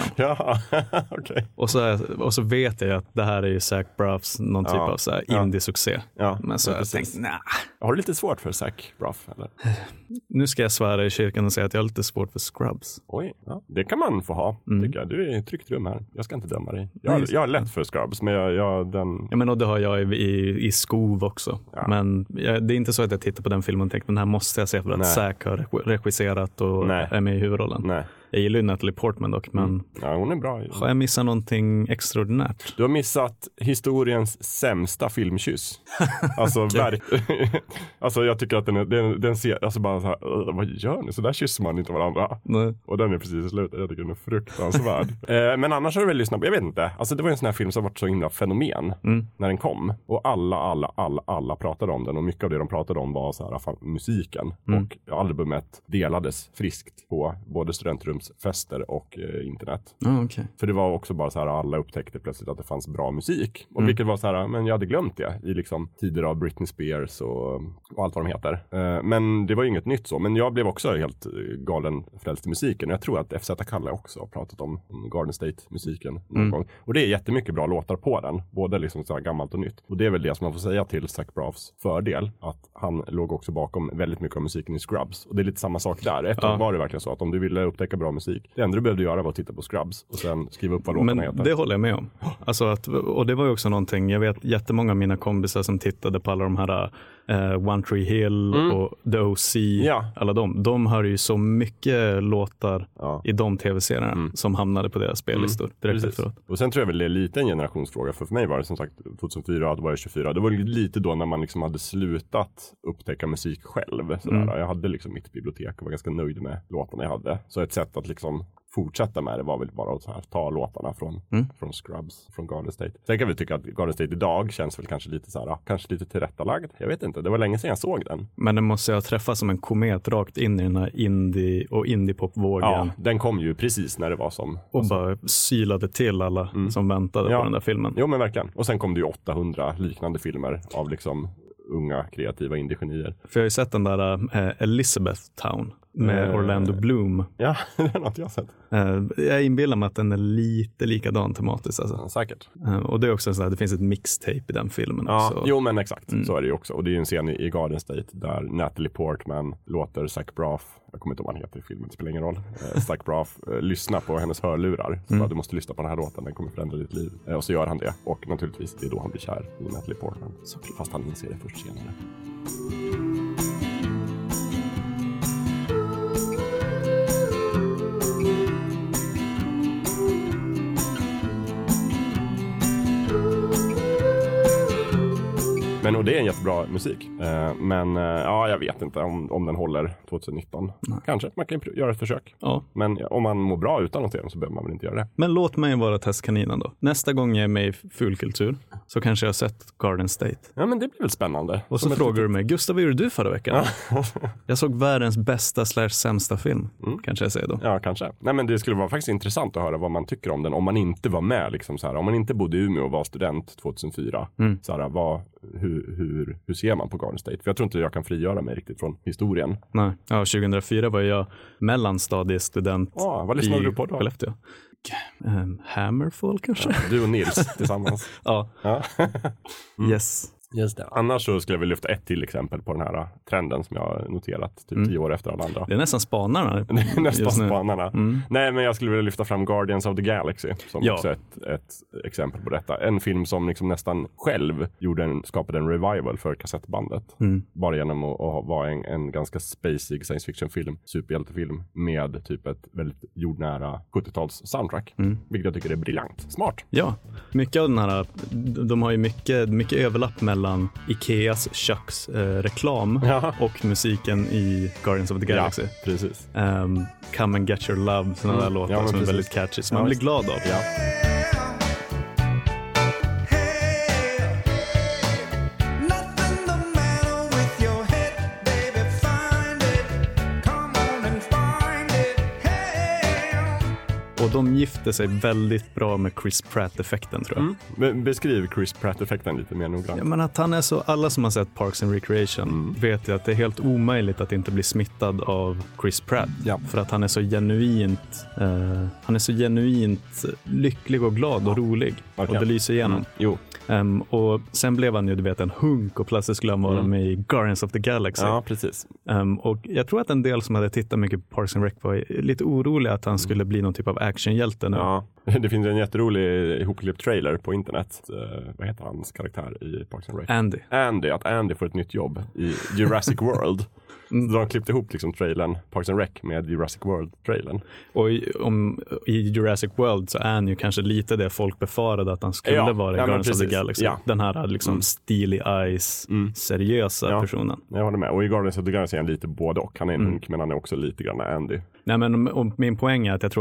Okay. Och så vet jag att det här är ju Zach Braffs någon typ av så här indie-succé. Men så har jag tänkt, Har du lite svårt för Zach Braff eller? Nu ska jag svära i kyrkan och säga att jag har lite svårt för Scrubs. Oj, det kan man få ha, tycker jag. Du är i ett tryggt rum här. Jag ska inte döma dig. Jag har lätt för Scrubs, men och det har jag i Skov också. Men det är inte så att jag tittar på den filmen och tänker, den här måste jag se för att Zach har regisserat och är med i huvudrollen. Nej. Jag gillar ju Natalie Portman dock, men hon är bra. Har jag missat någonting extraordinärt? Du har missat historiens sämsta filmkyss. Alltså, alltså jag tycker att den ser, alltså bara så här, vad gör ni? Så där kysser man inte varandra. Nej. Och den är precis i slutet. Jag tycker den är fruktansvärd. Men annars har du väl lyssnat på, jag vet inte. Alltså det var en sån här film som var så himla fenomen när den kom. Och alla pratade om den. Och mycket av det de pratade om var så här, musiken. Och albumet delades friskt på både studentrums Scrubs-fester och internet. Okay. För det var också bara så här, alla upptäckte plötsligt att det fanns bra musik. Och vilket var så här, men jag hade glömt det i liksom tider av Britney Spears och allt vad de heter. Men det var ju inget nytt så. Men jag blev också helt galen frälst i musiken. Jag tror att FZ Kalle också har pratat om Garden State-musiken någon gång. Och det är jättemycket bra låtar på den. Både liksom så här gammalt och nytt. Och det är väl det som man får säga till Zach Braffs fördel. Att han låg också bakom väldigt mycket av musiken i Scrubs. Och det är lite samma sak där. Ett tag var det verkligen så att om du ville upptäcka bra musik, det enda du behövde göra var att titta på Scrubs och sen skriva upp vad låtarna heter. Det håller jag med om. Alltså och det var ju också någonting, jag vet jättemånga av mina kompisar som tittade på alla de här One Tree Hill och The O.C. Alla de hör ju så mycket låtar i de tv-serierna som hamnade på deras spellistor direkt efteråt. Och sen tror jag väl det är lite en generationsfråga. För mig var det som sagt 2004, då var jag 24. Det var lite då när man liksom hade slutat upptäcka musik själv. Jag hade liksom mitt bibliotek och var ganska nöjd med låtarna jag hade. Så ett sätt att liksom fortsätta med det var väl bara att så här, ta låtarna från Scrubs, från Garden State. Sen kan vi tycka att Garden State idag känns väl kanske lite så här, kanske lite tillrättalagd. Jag vet inte, det var länge sedan jag såg den. Men den måste jag träffa som en komet rakt in i den här indie-pop-vågen. Ja, den kom ju precis när det var som... Och bara sylade till alla som väntade på den där filmen. Jo, men verkligen. Och sen kom det ju 800 liknande filmer av liksom unga kreativa indiegenier. För jag har ju sett den där Elizabeth Town med Orlando Bloom. Ja, det är något jag har sett. Jag inbillar mig att den är lite likadan tematiskt. Alltså. Ja, säkert. Och det är också så att det finns ett mixtape i den filmen. Ja, också. Jo men exakt. Så är det ju också. Och det är ju en scen i Garden State där Natalie Portman låter Zach Braff, jag kommer inte ihåg vad han heter i filmen, det spelar ingen roll. Zach Braff lyssna på hennes hörlurar. Så bara, du måste lyssna på den här låten, den kommer förändra ditt liv. Och så gör han det. Och naturligtvis, det är då han blir kär i Natalie Portman. Fast han inser det först senare. Men och det är en jättebra musik. Men jag vet inte om den håller 2019. Nej. Kanske, man kan göra ett försök. Ja. Men om man mår bra utan att se den så behöver man väl inte göra det. Men låt mig vara testkaninen då. Nästa gång jag är med i Fulkultur så kanske jag har sett Garden State. Ja, men det blir väl spännande. Och så frågar du mig, Gustav, vad gjorde du förra veckan? Jag såg världens bästa / sämsta film. Kanske jag säger då. Ja, kanske. Nej, men det skulle vara faktiskt intressant att höra vad man tycker om den. Om man inte var med, liksom så här. Om man inte bodde i Umeå och var student 2004. Så här, hur ser man på Garden State? För jag tror inte jag kan frigöra mig riktigt från historien. Nej, 2004 var jag mellanstadiestudent vad lyssnade du på då? Skellefteå. Hammerfall kanske? Ja, du och Nils tillsammans. Ja. Yes. Just det. Annars så skulle jag vilja lyfta ett till exempel på den här trenden som jag har noterat typ 10 år efter alla andra. Det är nästan spanarna. Det är nästan spanarna. Nej, men jag skulle vilja lyfta fram Guardians of the Galaxy som också ett exempel på detta. En film som liksom nästan själv skapade en revival för kassettbandet. Bara genom att vara en ganska spacig science fiction-film, superhjältefilm med typ ett väldigt jordnära 70-tals soundtrack. Vilket jag tycker är briljant. Smart. Ja, mycket av den här, de har ju mycket överlapp mellan Ikeas köksreklam och musiken i Guardians of the Galaxy. Ja, precis. Come and get your love, sådana där låtar som är väldigt catchy, som man blir glad av. Ja. Och de gifte sig väldigt bra med Chris Pratt-effekten, tror jag. Beskriv Chris Pratt-effekten lite mer noggrant. Ja, men att han är så, alla som har sett Parks and Recreation vet ju att det är helt omöjligt att inte bli smittad av Chris Pratt. Ja. För att han är så genuint lycklig och glad och rolig. Och det lyser igenom. Och sen blev han ju, du vet, en hunk och plötsligt skulle han vara med i Guardians of the Galaxy. Ja, precis. Och jag tror att en del som hade tittat mycket på Parks and Rec var lite oroliga att han skulle bli någon typ av actionhjälte nu. Ja, det finns en jätterolig ihopklippt trailer på internet. Vad heter hans karaktär i Parks and Rec? Andy, att Andy får ett nytt jobb i Jurassic World. Så de klippte ihop liksom trailern Parks and Rec med Jurassic World-trailern. Och i Jurassic World så är han ju kanske lite det folk befarade att han skulle vara i Guardians of the Galaxy. Ja. Den här liksom steely eyes, seriösa personen. Jag håller med. Och i Guardians of the Galaxy är han lite både och. Han är en hunk, men han är också lite grann Andy. Nej, men och min poäng är att jag tror att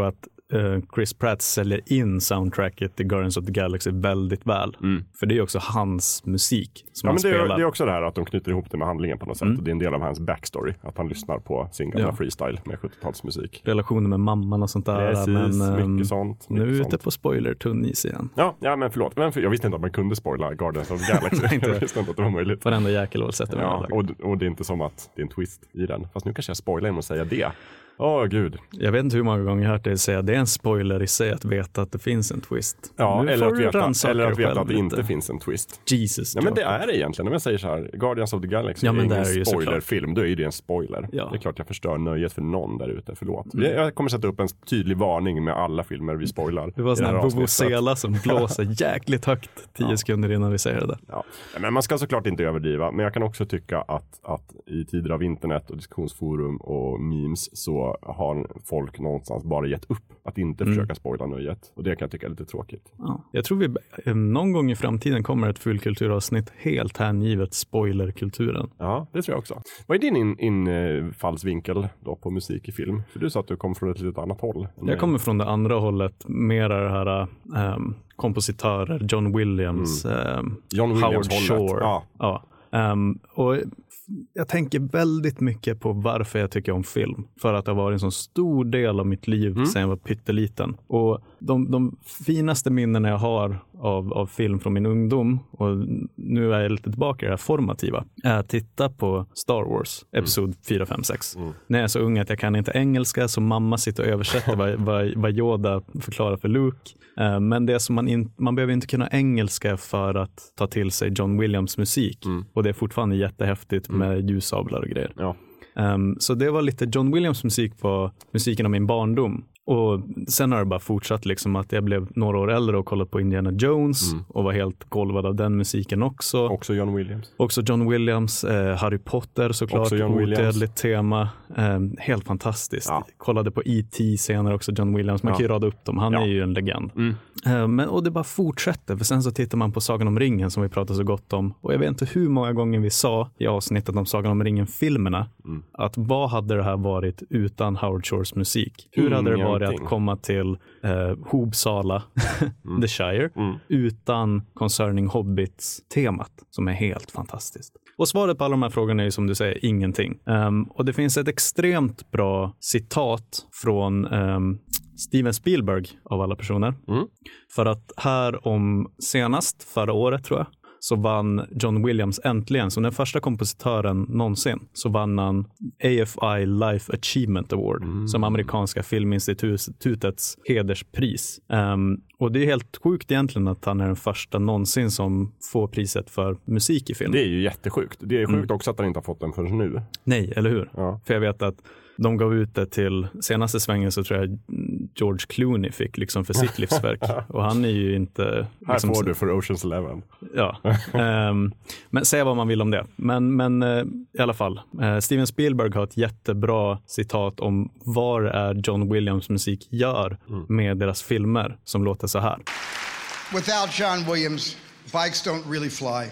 Chris Pratt säljer in soundtracket till Guardians of the Galaxy väldigt väl. För det är också hans musik som han spelar. Det är också det här att de knyter ihop det med handlingen på något sätt. Och det är en del av hans backstory. Att han lyssnar på sin gamla freestyle med 70-talsmusik. Relationer med mamman och sånt där. Precis, mycket sånt. Nu är vi ute på spoiler-tunn is igen. Ja, men förlåt. Men jag visste inte att man kunde spoila Guardians of the Galaxy. Jag visste inte att det var möjligt. Varenda jäkelår sätter vi och det är inte som att det är en twist i den. Fast nu kanske jag spoilar genom att säga det. Gud. Jag vet inte hur många gånger jag hört dig säga att det är en spoiler i sig att veta att det finns en twist. Ja, eller att veta att det inte finns en twist. Jesus. Ja, men det är det egentligen. Om jag säger så här, Guardians of the Galaxy är ingen spoilerfilm, då är det en spoiler. Ja. Det är klart jag förstör nöjet för någon där ute, förlåt. Jag kommer sätta upp en tydlig varning med alla filmer vi spoilar. Det var sån här vuvuzela som blåser jäkligt högt 10 sekunder innan vi säger det. Ja, men man ska såklart inte överdriva. Men jag kan också tycka att i tider av internet och diskussionsforum och memes så har folk någonstans bara gett upp att inte försöka spoila nöjet. Och det kan jag tycka är lite tråkigt. Ja. Jag tror vi någon gång i framtiden kommer ett fullkulturavsnitt helt hängivet spoilerkulturen. Ja, det tror jag också. Vad är din infallsvinkel då på musik i film? För du sa att du kom från ett litet annat håll. Jag kommer från det andra hållet. Mera det här kompositörer, John Williams, Howard Shore. Ja. Och jag tänker väldigt mycket på varför jag tycker om film. För att det har varit en så stor del av mitt liv sedan jag var pytteliten. Och de finaste minnen jag har av film från min ungdom, och nu är jag lite tillbaka i det här formativa, är att titta på Star Wars, episod 4, 5, 6. När jag är så ung att jag kan inte engelska, så mamma sitter och översätter vad Yoda förklarar för Luke. Men det är som man behöver inte kunna engelska för att ta till sig John Williams musik. Och det är fortfarande jättehäftigt med ljussablar och grejer. Ja. Så det var lite John Williams musik på musiken av min barndom. Och sen har det bara fortsatt liksom att jag blev några år äldre och kollade på Indiana Jones och var helt golvad av den musiken också. Också John Williams. Harry Potter såklart, odödligt tema. Helt fantastiskt. Ja. Kollade på E.T. senare också, John Williams. Man kan ju rada upp dem, han är ju en legend. Och det bara fortsätter, för sen så tittar man på Sagan om ringen som vi pratade så gott om. Och jag vet inte hur många gånger vi sa i avsnittet om Sagan om ringen-filmerna att vad hade det här varit utan Howard Shores musik? Hur hade det varit att komma till Hobsala, The Shire, utan Concerning Hobbits-temat som är helt fantastiskt. Och svaret på alla de här frågorna är, som du säger, ingenting. Och det finns ett extremt bra citat från Steven Spielberg av alla personer. För att senast förra året tror jag, så vann John Williams äntligen, som den första kompositören någonsin, så vann han AFI Life Achievement Award som amerikanska filminstitutets hederspris. Och det är helt sjukt egentligen att han är den första någonsin som får priset för musik i film. Det är ju jättesjukt. Det är sjukt också att han inte har fått den förrän nu. Nej, eller hur? Ja. För jag vet att de gav ut det till senaste svängen, så tror jag George Clooney fick liksom för sitt livsverk. Och han är ju inte... Liksom, här får du för Ocean's 11. Ja. Men säga vad man vill om det. Men i alla fall. Steven Spielberg har ett jättebra citat om vad är John Williams musik gör med deras filmer, som låter så här. Without John Williams, bikes don't really fly.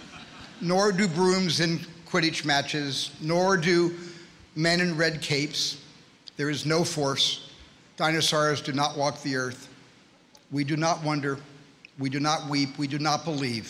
Nor do brooms in Quidditch matches. Nor do men in red capes. There is no force. Dinosaurs do not walk the earth. We do not wonder. We do not weep. We do not believe.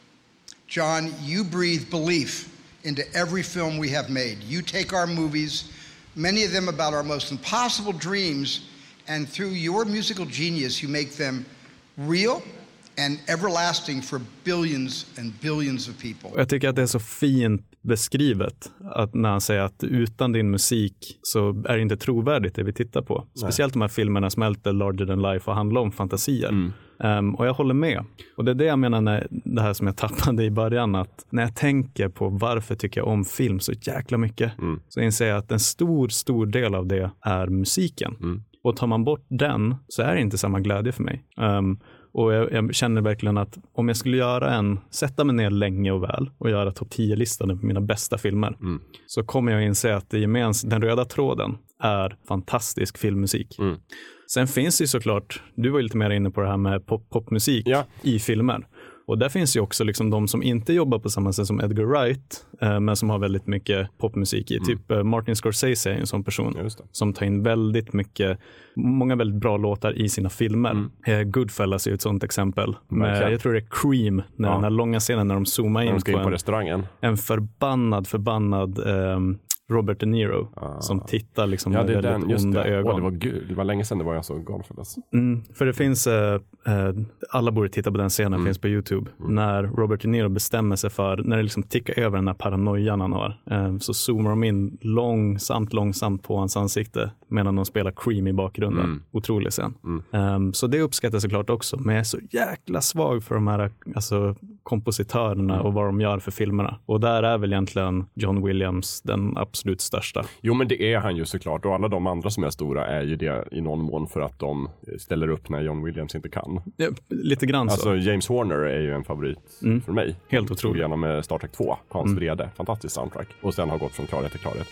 John, you breathe belief into every film we have made. You take our movies, many of them about our most impossible dreams, and through your musical genius, you make them real and everlasting for billions and billions of people. Jag tycker att det är så fint beskrivet att när han säger att utan din musik så är det inte trovärdigt det vi tittar på. Speciellt de här filmerna som är larger than life och handlar om fantasier. Och jag håller med. Och det är det jag menar när det här som jag tappade i början, att när jag tänker på varför tycker jag om film så jäkla mycket, så inser jag att en stor del av det är musiken. Och tar man bort den så är det inte samma glädje för mig. Och jag känner verkligen att om jag skulle sätta mig ner länge och väl och göra topp 10-listan på mina bästa filmer, så kommer jag inse att den röda tråden är fantastisk filmmusik. Sen finns det ju såklart, du var ju lite mer inne på det här med popmusik i filmer. Och där finns ju också liksom de som inte jobbar på samma sätt som Edgar Wright, men som har väldigt mycket popmusik i. Typ Martin Scorsese är en sån person som tar in väldigt mycket, många väldigt bra låtar i sina filmer. Goodfellas är ett sånt exempel. Jag tror det är Cream, när den här långa scenen när de zoomar in på restaurangen. En förbannad Robert De Niro som tittar liksom med väldigt onda ögon. Det var länge sedan det var jag så Goodfellas. För det finns, alla borde titta på den scenen, finns på YouTube. När Robert De Niro bestämmer sig för, när det liksom tickar över den här paranoian han har, så zoomar de in långsamt på hans ansikte medan de spelar Cream i bakgrunden. Otrolig scen. Så det uppskattas såklart också, men jag är så jäkla svag för de här kompositörerna och vad de gör för filmerna. Och där är väl egentligen John Williams den absolut största. Jo, men det är han ju såklart, och alla de andra som är stora är ju det i någon mån för att de ställer upp när John Williams inte kan. Ja, lite grann så. Alltså James Horner är ju en favorit för mig. Helt otroligt. Genom Star Trek 2, Hans vrede, fantastisk soundtrack. Och sen har gått från klarhet till klarhet.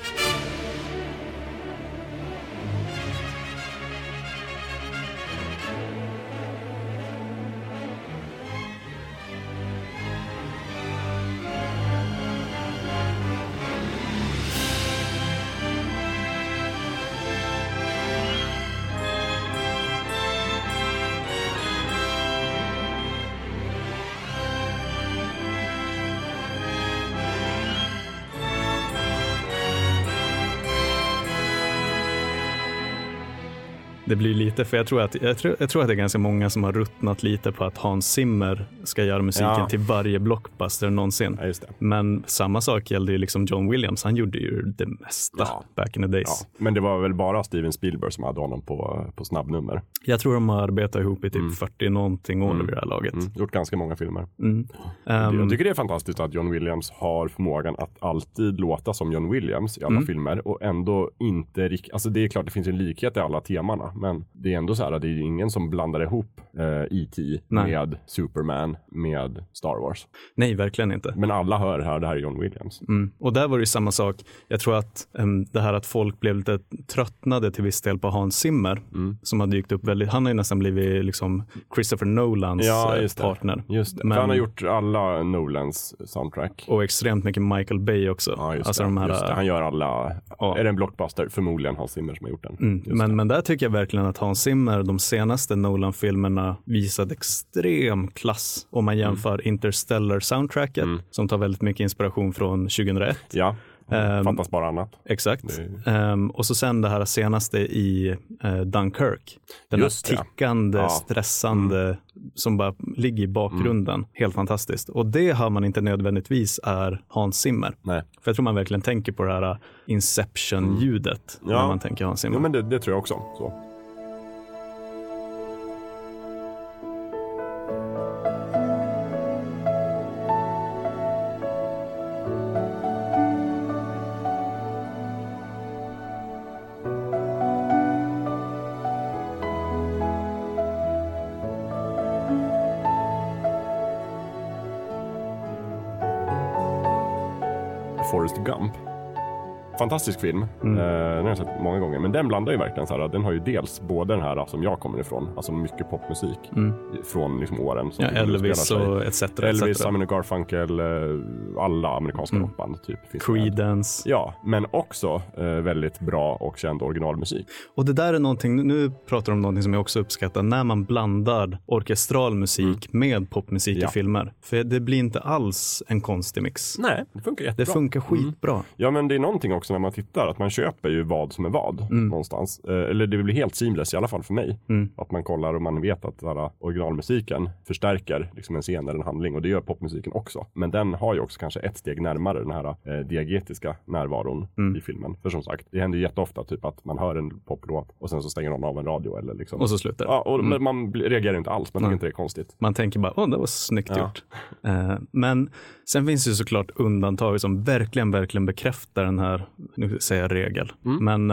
Det blir lite, för jag tror att det är ganska många som har ruttnat lite på att Hans Zimmer ska göra musiken till varje blockbuster någonsin. Ja, just det. Men samma sak gällde ju liksom John Williams. Han gjorde ju det mesta back in the days. Ja. Men det var väl bara Steven Spielberg som hade honom på snabbnummer. Jag tror de har arbetat ihop i typ 40 någonting år vid det här laget. Gjort ganska många filmer. Jag tycker det är fantastiskt att John Williams har förmågan att alltid låta som John Williams i alla filmer och ändå inte riktigt, alltså det är klart det finns en likhet i alla temana, men det är ändå så här att det är ingen som blandar ihop E.T. med Superman med Star Wars. Nej, verkligen inte. Men alla hör här, det här är John Williams. Och där var det ju samma sak. Jag tror att det här att folk blev lite tröttnade till viss del på Hans Zimmer som har dykt upp väldigt, han har ju nästan blivit liksom Christopher Nolans partner. Just det. Men han har gjort alla Nolans soundtrack. Och extremt mycket Michael Bay också. Ja, just alltså det. De här, just det. Han gör alla, är det en blockbuster? Förmodligen Hans Zimmer som har gjort den. Men där tycker jag verkligen att Hans Zimmer, de senaste Nolan-filmerna, visade extrem klass om man jämför Interstellar-soundtracket som tar väldigt mycket inspiration från 2001. Ja. Fattas bara annat. Exakt. Och så sen det här senaste i Dunkirk. Den här tickande, stressande som bara ligger i bakgrunden. Helt fantastiskt. Och det har man inte nödvändigtvis är Hans Zimmer. Nej. För jag tror man verkligen tänker på det här Inception-ljudet när man tänker Hans Zimmer. Ja, men det tror jag också. Så. Forrest Gump. Fantastisk film. Den har jag sett många gånger. Men den blandar ju verkligen så här. Den har ju dels både den här som jag kommer ifrån. Alltså mycket popmusik. Från liksom åren. Som Elvis och etc. Elvis, Simon & Garfunkel. Alla amerikanska rockband typ. Creedence. Ja, men också väldigt bra och känd originalmusik. Och det där är någonting, nu pratar om någonting som jag också uppskattar. När man blandar orkestral musik med popmusik i filmer. För det blir inte alls en konstig mix. Nej, det funkar jättebra. Det funkar skitbra. Ja, men det är någonting också när man tittar, att man köper ju vad som är vad någonstans. Eller det blir helt seamless i alla fall för mig. Att man kollar och man vet att originalmusiken förstärker liksom en scen eller en handling, och det gör popmusiken också. Men den har ju också kanske ett steg närmare den här diegetiska närvaron i filmen. För som sagt, det händer ju jätteofta typ att man hör en poplåt och sen så stänger någon av en radio eller liksom. Och så slutar det. Ja, och man reagerar inte alls, man tycker inte det är konstigt. Man tänker bara, det var snyggt gjort. Men sen finns det ju såklart undantag som verkligen bekräftar den här, nu säger jag regel, men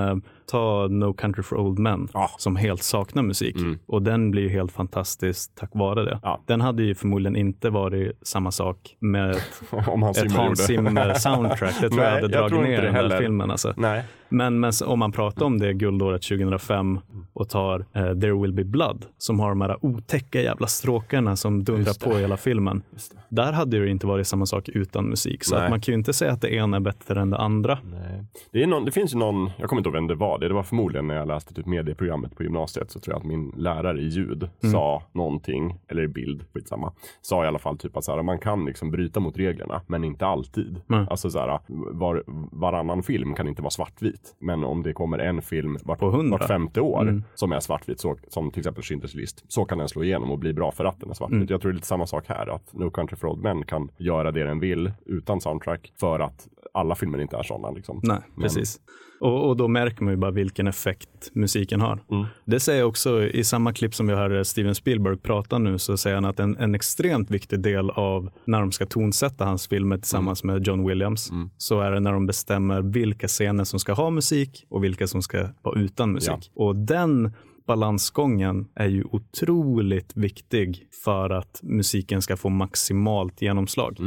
ta No Country for Old Men som helt saknar musik. Och den blir ju helt fantastisk tack vare det. Den hade ju förmodligen inte varit samma sak med ett Hans Zimmer soundtrack. Det tror jag hade dragit ner den här filmen. Alltså. Nej. Men om man pratar om det guldåret 2005 och tar There Will Be Blood som har de här otäcka jävla stråkarna som dundrar på hela filmen. Där hade det inte varit samma sak utan musik. Så att man kan ju inte säga att det ena är bättre än det andra. Nej. Det finns ju någon, jag kommer inte ihåg vem det var. Det var förmodligen när jag läste typ medieprogrammet på gymnasiet, så tror jag att min lärare i ljud sa någonting, eller i bild, skitsamma. Sa i alla fall typ att så här, man kan liksom bryta mot reglerna, men inte alltid. Alltså så här, varannan film kan inte vara svartvit. Men om det kommer en film vart 50 år som är svartvit, så, som till exempel Schindler's List, så kan den slå igenom och bli bra för att den är svartvit. Jag tror det är lite samma sak här, att No Country for Old Men kan göra det den vill utan soundtrack, för att alla filmer inte är sådana. Liksom. Nej, precis. Och då märker man ju bara vilken effekt musiken har. Det säger också i samma klipp som vi hör Steven Spielberg prata nu, så säger han att en extremt viktig del av när de ska tonsätta hans filmer tillsammans med John Williams, så är det när de bestämmer vilka scener som ska ha musik och vilka som ska vara utan musik. Och den balansgången är ju otroligt viktig för att musiken ska få maximalt genomslag.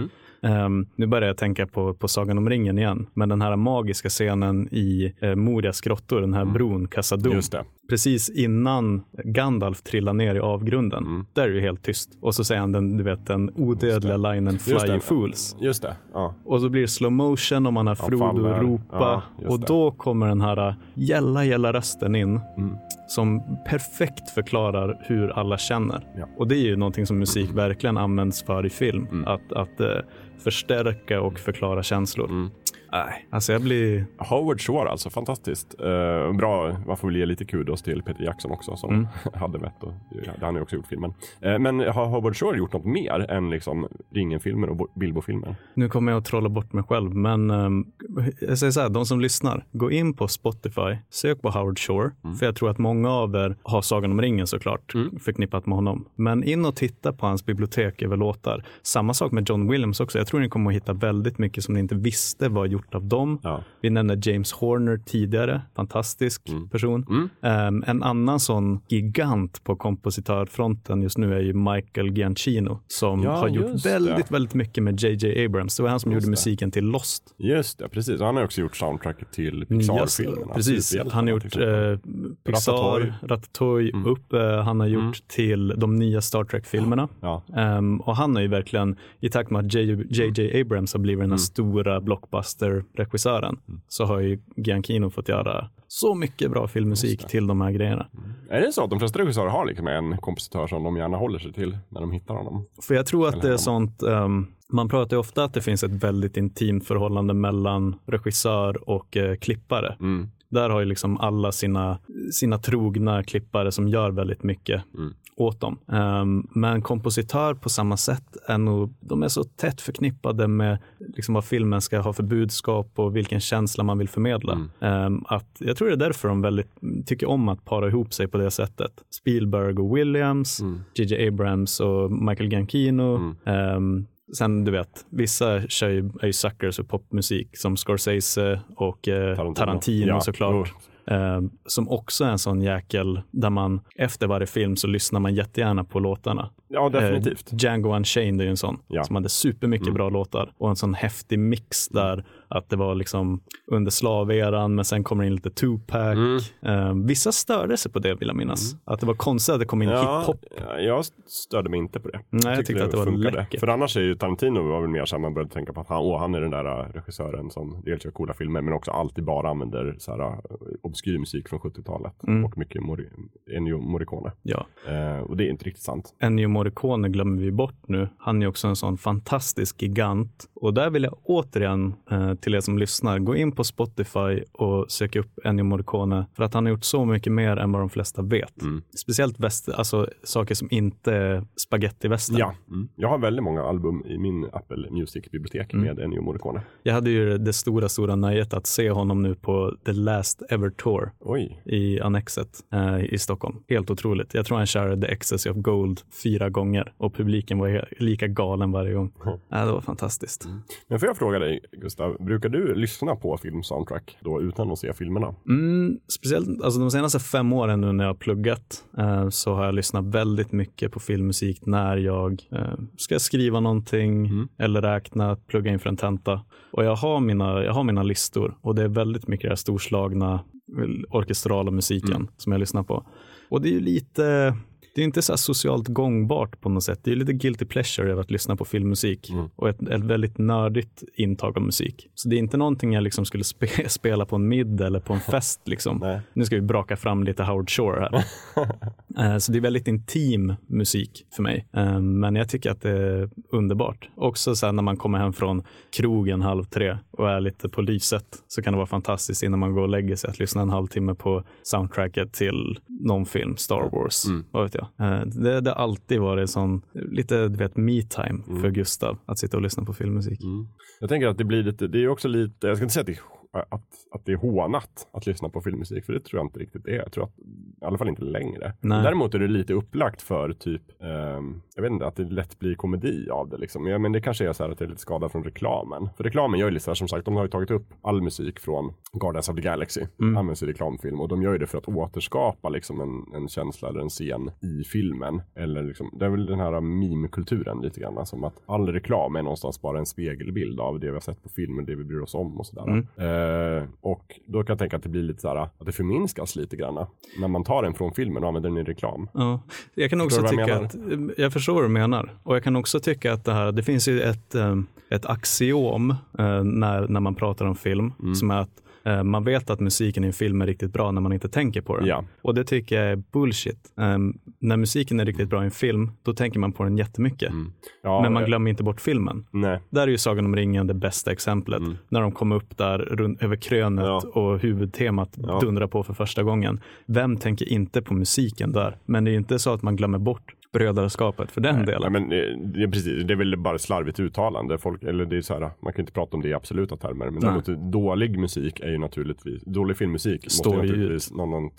Nu börjar jag tänka på Sagan om ringen igen, men den här magiska scenen i Morias grottor, den här bron Khazad-dûm. Just det. Precis innan Gandalf trillar ner i avgrunden, där är det ju helt tyst. Och så säger han den odödliga linen Flying Fools. Just det, ja. Och så blir det slow motion och man har Frodo ropa. Och då kommer den här gälla rösten in som perfekt förklarar hur alla känner. Och det är ju någonting som musik verkligen används för i film. Att förstärka och förklara känslor. Nej, alltså jag blir... Howard Shore, alltså fantastiskt. Bra, man får väl ge lite kudos till Peter Jackson också som hade vett, och han har också gjort filmen. Men har Howard Shore gjort något mer än liksom Ringen-filmer och Bilbo-filmer? Nu kommer jag att trolla bort mig själv, men jag säger så här, de som lyssnar, gå in på Spotify, sök på Howard Shore, för jag tror att många av er har Sagan om ringen såklart förknippat med honom. Men in och titta på hans bibliotek över låtar. Samma sak med John Williams också. Jag tror ni kommer att hitta väldigt mycket som ni inte visste var gjort av dem. Vi nämnde James Horner tidigare, fantastisk person. En annan sån gigant på kompositörfronten just nu är ju Michael Giacchino, som har gjort väldigt mycket med J.J. Abrams. Det var han som gjorde musiken till Lost. Just det, precis. Han har också gjort soundtracket till Pixar-filmerna. Precis, han har gjort Pixar, Ratatouille, han har gjort till de nya Star Trek-filmerna. Och han är ju verkligen, i takt med att J.J. Abrams har blivit den här stora blockbuster-regissören, så har ju Giacchino fått göra så mycket bra filmmusik till de här grejerna. Är det så att de flesta regissörer har liksom en kompositör som de gärna håller sig till när de hittar honom? För jag tror att det är sånt... Man pratar ju ofta att det finns ett väldigt intimt förhållande mellan regissör och klippare. Där har ju liksom alla sina trogna klippare som gör väldigt mycket åt dem. Men kompositör på samma sätt är nog, de är så tätt förknippade med liksom vad filmen ska ha för budskap och vilken känsla man vill förmedla. Att jag tror det är därför de väldigt tycker om att para ihop sig på det sättet. Spielberg och Williams, J.J. Abrams och Michael Giacchino. Sen du vet, vissa är ju suckers för popmusik som Scorsese och Tarantino såklart. Som också är en sån jäkel där man efter varje film så lyssnar man jättegärna på låtarna. Ja, definitivt. Django Unchained är ju en sån som hade supermycket bra låtar och en sån häftig mix där att det var liksom under slaveran, men sen kommer in lite Tupac. Vissa störde sig på det, vill jag minnas. Att det var konstigt att det kom in hiphop. Jag störde mig inte på det. Nej, jag tyckte att det var läckert. För annars är ju Tarantino var väl mer så här, man började tänka på att han är den där regissören som dels gör coola filmer men också alltid bara använder så här obskyr musik från 70-talet och mycket Ennio Morricone. Och det är inte riktigt sant. Ennio Morricone glömmer vi bort nu. Han är också en sån fantastisk gigant. Och där vill jag återigen till er som lyssnar, gå in på Spotify och söka upp Ennio Morricone, för att han har gjort så mycket mer än vad de flesta vet. Speciellt alltså saker som inte är spaghetti-västern. Jag har väldigt många album i min Apple Music-bibliotek med Ennio Morricone. Jag hade ju det stora nöjet att se honom nu på The Last Ever Tour i Annexet i Stockholm. Helt otroligt. Jag tror han körde The Ecstasy of Gold 4 gånger och publiken var lika galen varje gång. Det var fantastiskt. Men får jag fråga dig, Gustav, Brukar du lyssna på filmsoundtrack då utan att se filmerna? Speciellt alltså de senaste 5 åren nu när jag har pluggat så har jag lyssnat väldigt mycket på filmmusik när jag ska skriva någonting eller räkna, plugga inför en tenta. Och jag har mina listor och det är väldigt mycket den här storslagna orkestrala musiken som jag lyssnar på. Och det är ju lite... Det är inte så här socialt gångbart på något sätt. Det är lite guilty pleasure över att lyssna på filmmusik och ett väldigt nördigt intag av musik. Så det är inte någonting jag liksom skulle spela på en middag eller på en fest liksom. Nu ska vi braka fram lite Howard Shore här. Så det är väldigt intim musik för mig. Men jag tycker att det är underbart. Också så här när man kommer hem från krogen 2:30 och är lite på lyset så kan det vara fantastiskt innan man går och lägger sig att lyssna en halvtimme på soundtracket till någon film, Star Wars. Vad vet jag. Det har alltid varit en sån lite, du vet, me-time för Gustav att sitta och lyssna på filmmusik. Jag tänker att det blir lite, det är också lite, jag ska inte säga att det är hånat att lyssna på filmmusik, för det tror jag inte riktigt det är. Jag tror att, i alla fall inte längre. Däremot är det lite upplagt för typ, jag vet inte, att det lätt blir komedi av det liksom. Men det kanske är så här att det är lite skada från reklamen. För reklamen gör ju lite så här, som sagt, de har ju tagit upp all musik från Guardians of the Galaxy, används i reklamfilm, och de gör ju det för att återskapa liksom en känsla eller en scen i filmen. Eller liksom, det är väl den här meme-kulturen lite grann, som att all reklam är någonstans bara en spegelbild av det vi har sett på filmen, det vi bryr oss om och sådär. Och då kan jag tänka att det blir lite så här att det förminskas lite grann när man tar den från filmen och använder den i reklam. Ja, jag kan också tycka att jag förstår vad du menar, och jag kan också tycka att det finns ju ett axiom när man pratar om film som är att man vet att musiken i en film är riktigt bra när man inte tänker på den. Ja. Och det tycker jag är bullshit. När musiken är riktigt bra i en film, då tänker man på den jättemycket. Ja, men man glömmer inte bort filmen. Nej. Där är ju Sagan om ringen det bästa exemplet. När de kom upp där över krönet och huvudtemat dundrar på för första gången. Vem tänker inte på musiken där? Men det är ju inte så att man glömmer bort brödraskapet för den delen. Nej, men det är precis, det är väl bara slarvigt uttalande. Eller det är så här, man kan inte prata om det i absoluta termer, men däremot dålig musik är ju naturligtvis, dålig filmmusik måste naturligtvis någon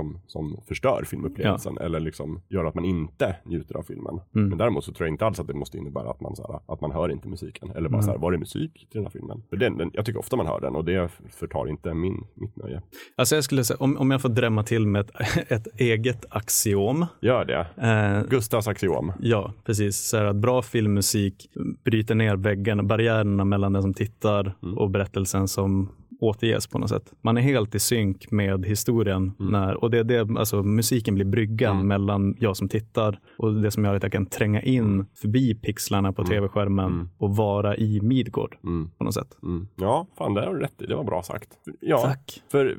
som förstör filmupplevelsen eller liksom gör att man inte njuter av filmen. Men däremot så tror jag inte alls att det måste innebära att man så här, att man hör inte musiken eller bara så här, var det musik till den här filmen? För jag tycker ofta man hör den, och det förtar inte mitt nöje. Alltså jag skulle säga, om jag får drämma till med ett eget axiom. Gör det. Gustavs axiom. Ja, precis. Så här att bra filmmusik bryter ner barriärerna mellan den som tittar och berättelsen som återges på något sätt. Man är helt i synk med historien och alltså musiken blir bryggan mellan jag som tittar och det som gör att jag kan tränga in förbi pixlarna på tv-skärmen och vara i Midgård på något sätt. Ja, fan, det har du rätt i. Det var bra sagt. Ja, tack. För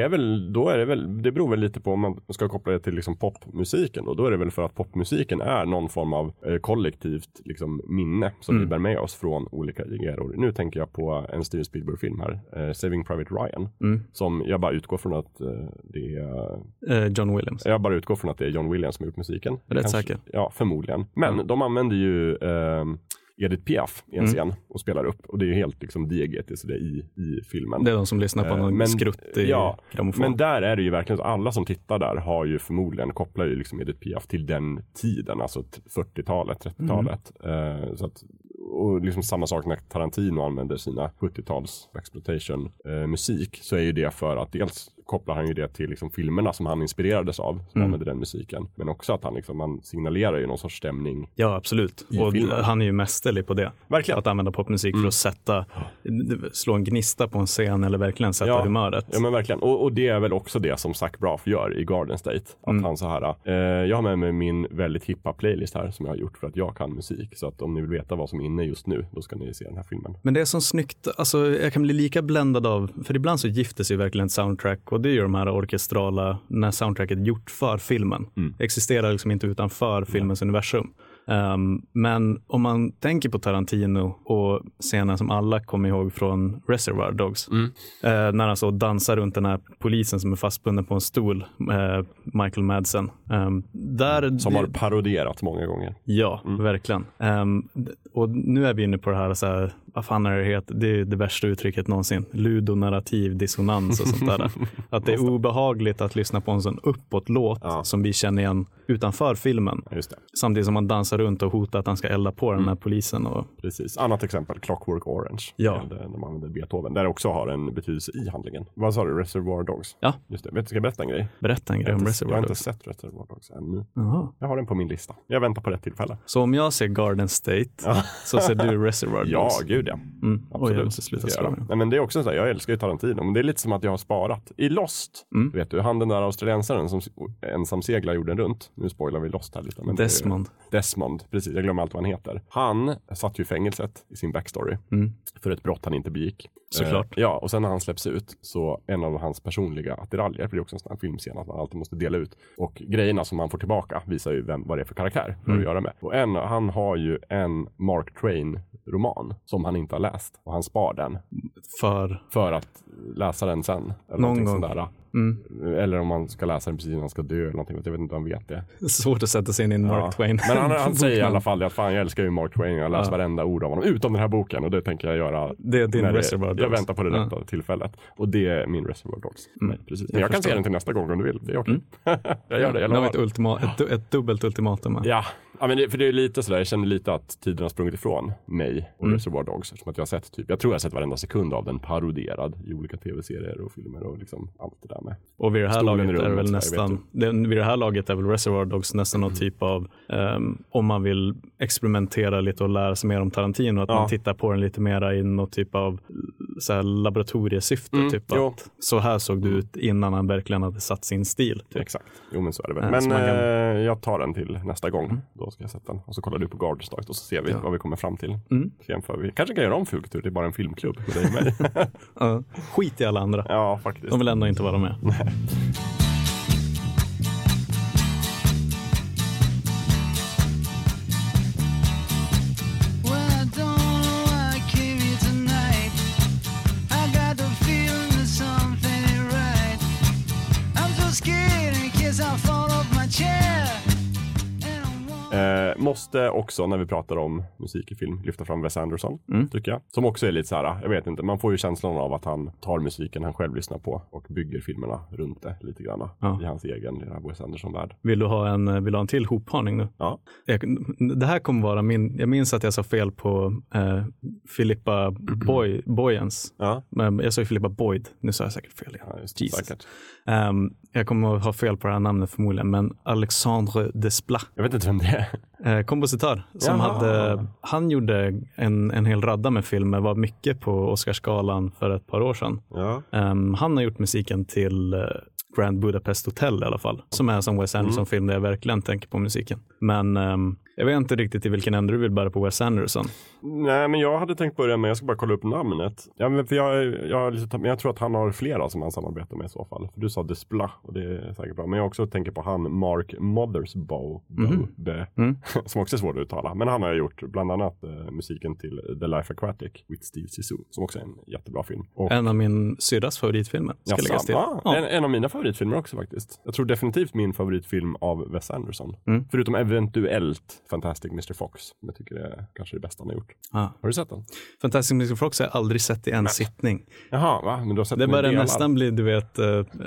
det beror väl lite på om man ska koppla det till liksom popmusiken, och då är det väl för att popmusiken är någon form av kollektivt liksom minne som vi bär med oss från olika eror. Nu tänker jag på en Steven Spielberg-film här, Saving Private Ryan, som jag bara utgår från att det är John Williams. Jag bara utgår från att det är John Williams som har gjort musiken. Rätt säker. Ja, förmodligen. Men de använder ju Edith Piaf i en scen och spelar upp, och det är ju helt liksom diegetiskt i filmen. Det är de som lyssnar på någon skrutt i grammofon. Men där är det ju verkligen så, alla som tittar där har ju förmodligen kopplar ju liksom Edith Piaf till den tiden, alltså 40-talet, 30-talet. Så att, och liksom samma sak när Tarantino använder sina 70-tals exploitation musik, så är ju det för att dels kopplar han ju det till liksom filmerna som han inspirerades av, som använder den musiken, men också att man signalerar ju någon sorts stämning. Ja, absolut. Och filmen. Han är ju mästerlig på det. Verkligen. Att använda popmusik för att slå en gnista på en scen eller verkligen sätta humöret. Ja, men verkligen. Och det är väl också det som Zach Braff gör i Garden State. Att han så här, jag har med mig min väldigt hippa playlist här som jag har gjort för att jag kan musik. Så att om ni vill veta vad som är inne just nu, då ska ni se den här filmen. Men det är så snyggt, alltså jag kan bli lika bländad av, för ibland så gifter sig verkligen ett soundtrack, och det är ju de här orkestrala, när soundtracket är gjort för filmen. Existerar liksom inte utanför filmens universum. Men om man tänker på Tarantino och scenen som alla kommer ihåg från Reservoir Dogs, när han så dansar runt den här polisen som är fastbunden på en stol, Michael Madsen. Som har paroderat många gånger. Ja, verkligen. Och nu är vi inne på det här, så här vad fan är det heter? Det är det värsta uttrycket någonsin. Ludonarrativ dissonans och sånt där. Att det är obehagligt att lyssna på en sån uppåt-låt som vi känner igen utanför filmen. Just det. Samtidigt som man dansar runt och hotar att han ska elda på den här polisen. Och... Precis. Annat exempel, Clockwork Orange. Ja. När man använder Beethoven. Där också har en betydelse i handlingen. Vad sa du? Reservoir Dogs? Ja. Just det. Ska jag berätta en grej? Berätta en grej om Reservoir Jag Dogs. har inte sett Reservoir Dogs ännu. Aha. Jag har den på min lista. Jag väntar på rätt tillfälle. Så om jag ser Garden State så ser du Reservoir Dogs? Ja, gud ja. Absolut. Jag måste sluta slå mig. Nej, men det är också så här, jag älskar ju Tarantino. Men det är lite som att jag har sparat. I Lost, vet du, han den där australiensaren som ensam seglar jorden runt. Nu spoilar vi Lost här lite. Men Desmond, precis. Jag glömmer allt vad han heter. Han satt ju i fängelset i sin backstory för ett brott han inte begick. Såklart. Ja, och sen när han släpps ut så en av hans personliga attiraljer, för det är också en sån här filmscen att man alltid måste dela ut. Och grejerna som man får tillbaka visar ju vad det är för karaktär att göra med. Och han har ju en Mark Twain-roman som han inte har läst. Och han spar den. För att läsa den sen. Eller någon gång. Sådär. Eller om man ska läsa den precis när han ska dö eller någonting. Jag vet inte om han vet det. Svårt att sätta sig in i en Mark Twain. Men han säger i alla fall att fan, jag älskar ju Mark Twain. Jag läser varenda ord av honom. Utom den här boken. Och det tänker jag göra. Det är din Reservoir Dogs. Jag väntar på det rätta tillfället. Och det är min Reservoir Dogs. Precis. Men jag kan se den till nästa gång om du vill. Det är okej. Jag gör det. Jag lovar. Ett dubbelt ultimatum. Ja, men för det är lite sådär. Jag känner lite att tiden har sprungit ifrån mig och Reservoir Dogs. Som att jag har sett jag tror jag har sett varenda sekund av den paroderad i olika tv-serier och filmer och liksom allt det där med. Och vid det här laget är det väl nästan vid det här laget är väl Reservoir Dogs nästan någon typ av om man vill experimentera lite och lära sig mer om Tarantino, att man tittar på den lite mera i något typ av så här laboratoriesyfte typ att så här såg det ut innan han verkligen hade satt sin stil typ. Exakt, jo men så är det väl. Men jag tar den till nästa gång. Då ska jag sätta den och så kollar du på Garden State och så ser vi vad vi kommer fram till. Jämför vi. Kanske kan göra om Fulkultur, det är bara en filmklubb med dig och mig. Skit i alla andra. Ja, faktiskt. De vill ändå inte vara med. Nej. Måste också när vi pratar om musik i film lyfta fram Wes Anderson, tycker jag. Som också är lite så här, jag vet inte, man får ju känslan av att han tar musiken han själv lyssnar på och bygger filmerna runt det lite grann i hans egen Wes Anderson-värld. Vill du ha en till hopparning nu? Ja. Det här kommer vara jag minns att jag sa fel på Philippa Boyens. Ja. Jag sa ju Philippa Boyd, nu sa jag säkert fel. Ja, just det, säkert. Jag kommer att ha fel på det här namnet förmodligen, men Alexandre Desplat. Jag vet inte vem det är. Kompositör som han gjorde en hel radda med filmer, var mycket på Oscarsgalan för ett par år sedan. Ja. Han har gjort musiken till Grand Budapest Hotel i alla fall, som är en sån Wes Anderson-film där jag verkligen tänker på musiken. Men jag vet inte riktigt i vilken ände du vill bära på Wes Anderson. Nej, men jag hade tänkt börja med, jag ska bara kolla upp namnet. Ja, men för jag tror att han har flera som han samarbetar med i så fall. För du sa Desplat och det är säkert bra. Men jag också tänker på han Mark Mothersbaugh, som också är svårt att uttala. Men han har gjort bland annat musiken till The Life Aquatic with Steve Zissou, som också är en jättebra film. Och en av min syrras favoritfilmer. En av mina favoritfilmer också faktiskt. Jag tror definitivt min favoritfilm av Wes Anderson. Förutom eventuellt Fantastic Mr. Fox. Jag tycker det är kanske det bästa han har gjort. Har du sett den? Fantastic Mr. Fox har jag aldrig sett i en sittning. Jaha, va? Men du har sett det börjar nästan bli, du vet,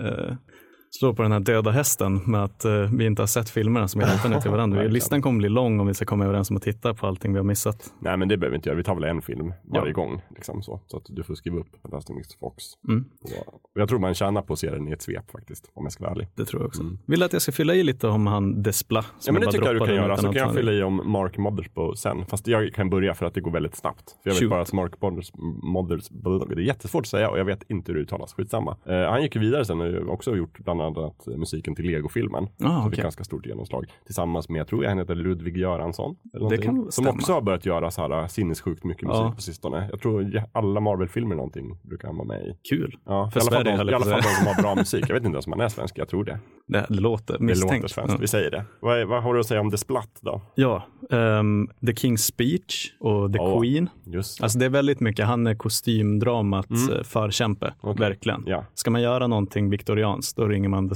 slå på den här döda hästen med att vi inte har sett filmerna som är helt till varandra. Listan kommer bli long om vi ska komma överens om att titta på allting vi har missat. Nej, men det behöver vi inte göra. Vi tar väl en film varje gång. Liksom så att du får skriva upp Fantastic Mr. Fox. Och jag tror man tjänar på att se den i ett svep faktiskt, om jag ska vara ärlig. Det tror jag också. Vill att jag ska fylla i lite om han Desplat? Ja, men det tycker jag du kan göra. Så kan jag fylla i om Mark Mothersbaugh sen. Fast jag kan börja för att det går väldigt snabbt. För jag vet bara att Mark Mothersbaugh, det är jättesvårt att säga och jag vet inte hur det uttalas. Skitsamma. Han gick vidare sen och också gjort bland annat musiken till Lego-filmen. Så det är ganska stort genomslag. Tillsammans med, jag tror han heter Ludvig Göransson. Det kan som också har börjat göra så här sinnessjukt mycket musik på sistone. Jag tror alla Marvel-filmer någonting brukar han vara med i. Kul. Ja, för i alla fall de som har bra musik. Jag vet inte ens om han är svensk, jag tror det. Det låter misstänkt. Det låter svenskt, vi säger det. Vad har du att säga om Desplat då? Ja, The King's Speech och The Queen. Just. Alltså det är väldigt mycket, han är kostymdramats förkämpe, verkligen. Ja. Ska man göra någonting viktorianskt, då ringer man Desplat.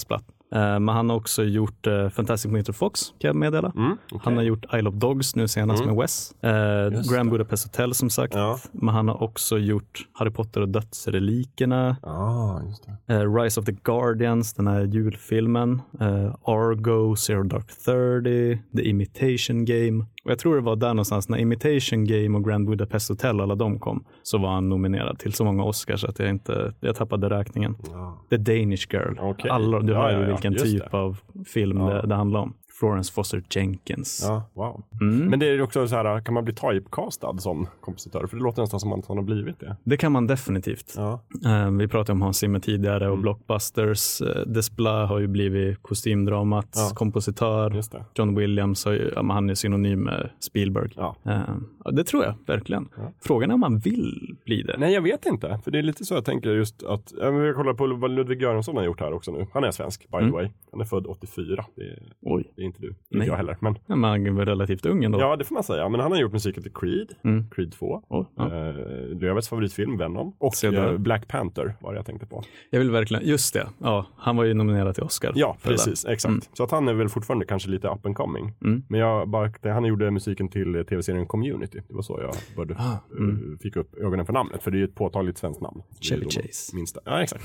Men han har också gjort Fantastic Mr. Fox, kan jag meddela. Okay. Han har gjort Isle of Dogs nu senast med Wes. Grand Budapest Hotel som sagt. Ja. Men han har också gjort Harry Potter och dödsrelikerna. Just det. Rise of the Guardians, den här julfilmen. Argo, Zero Dark 30, The Imitation Game. Och jag tror det var där någonstans när Imitation Game och Grand Budapest Hotel, alla de kom, så var han nominerad till så många Oscars att jag tappade räkningen. The Danish Girl. Okay. Du hör ju vilken typ av film det handlar om. Florence Foster Jenkins. Ja, wow. Men det är ju också så här, kan man bli typecastad som kompositör? För det låter nästan som att han har blivit det. Det kan man definitivt. Ja. Vi pratade om Hans Zimmer tidigare och Blockbusters. Desplat har ju blivit kostymdramats kompositör. Just det. John Williams, han är synonym med Spielberg. Ja. Det tror jag, verkligen. Ja. Frågan är om man vill bli det. Nej, jag vet inte. För det är lite så jag tänker just att, jag kollar på vad Ludvig Göransson har gjort här också nu. Han är svensk, by the way. Han är född 84. Det är inte du. Inte jag heller. Men man är relativt ung ändå. Ja, det får man säga. Men han har gjort musiken till Creed. Creed 2. Lövets favoritfilm, Venom. Och Black Panther var det jag tänkte på. Jag vill verkligen, just det. Ja, han var ju nominerad till Oscar. Ja, precis. Exakt. Så att han är väl fortfarande kanske lite up and coming. Men han gjorde musiken till tv-serien Community. Det var så jag började fick upp ögonen för namnet. För det är ju ett påtagligt svenskt namn. Chevy Chase. Minsta. Ja, exakt.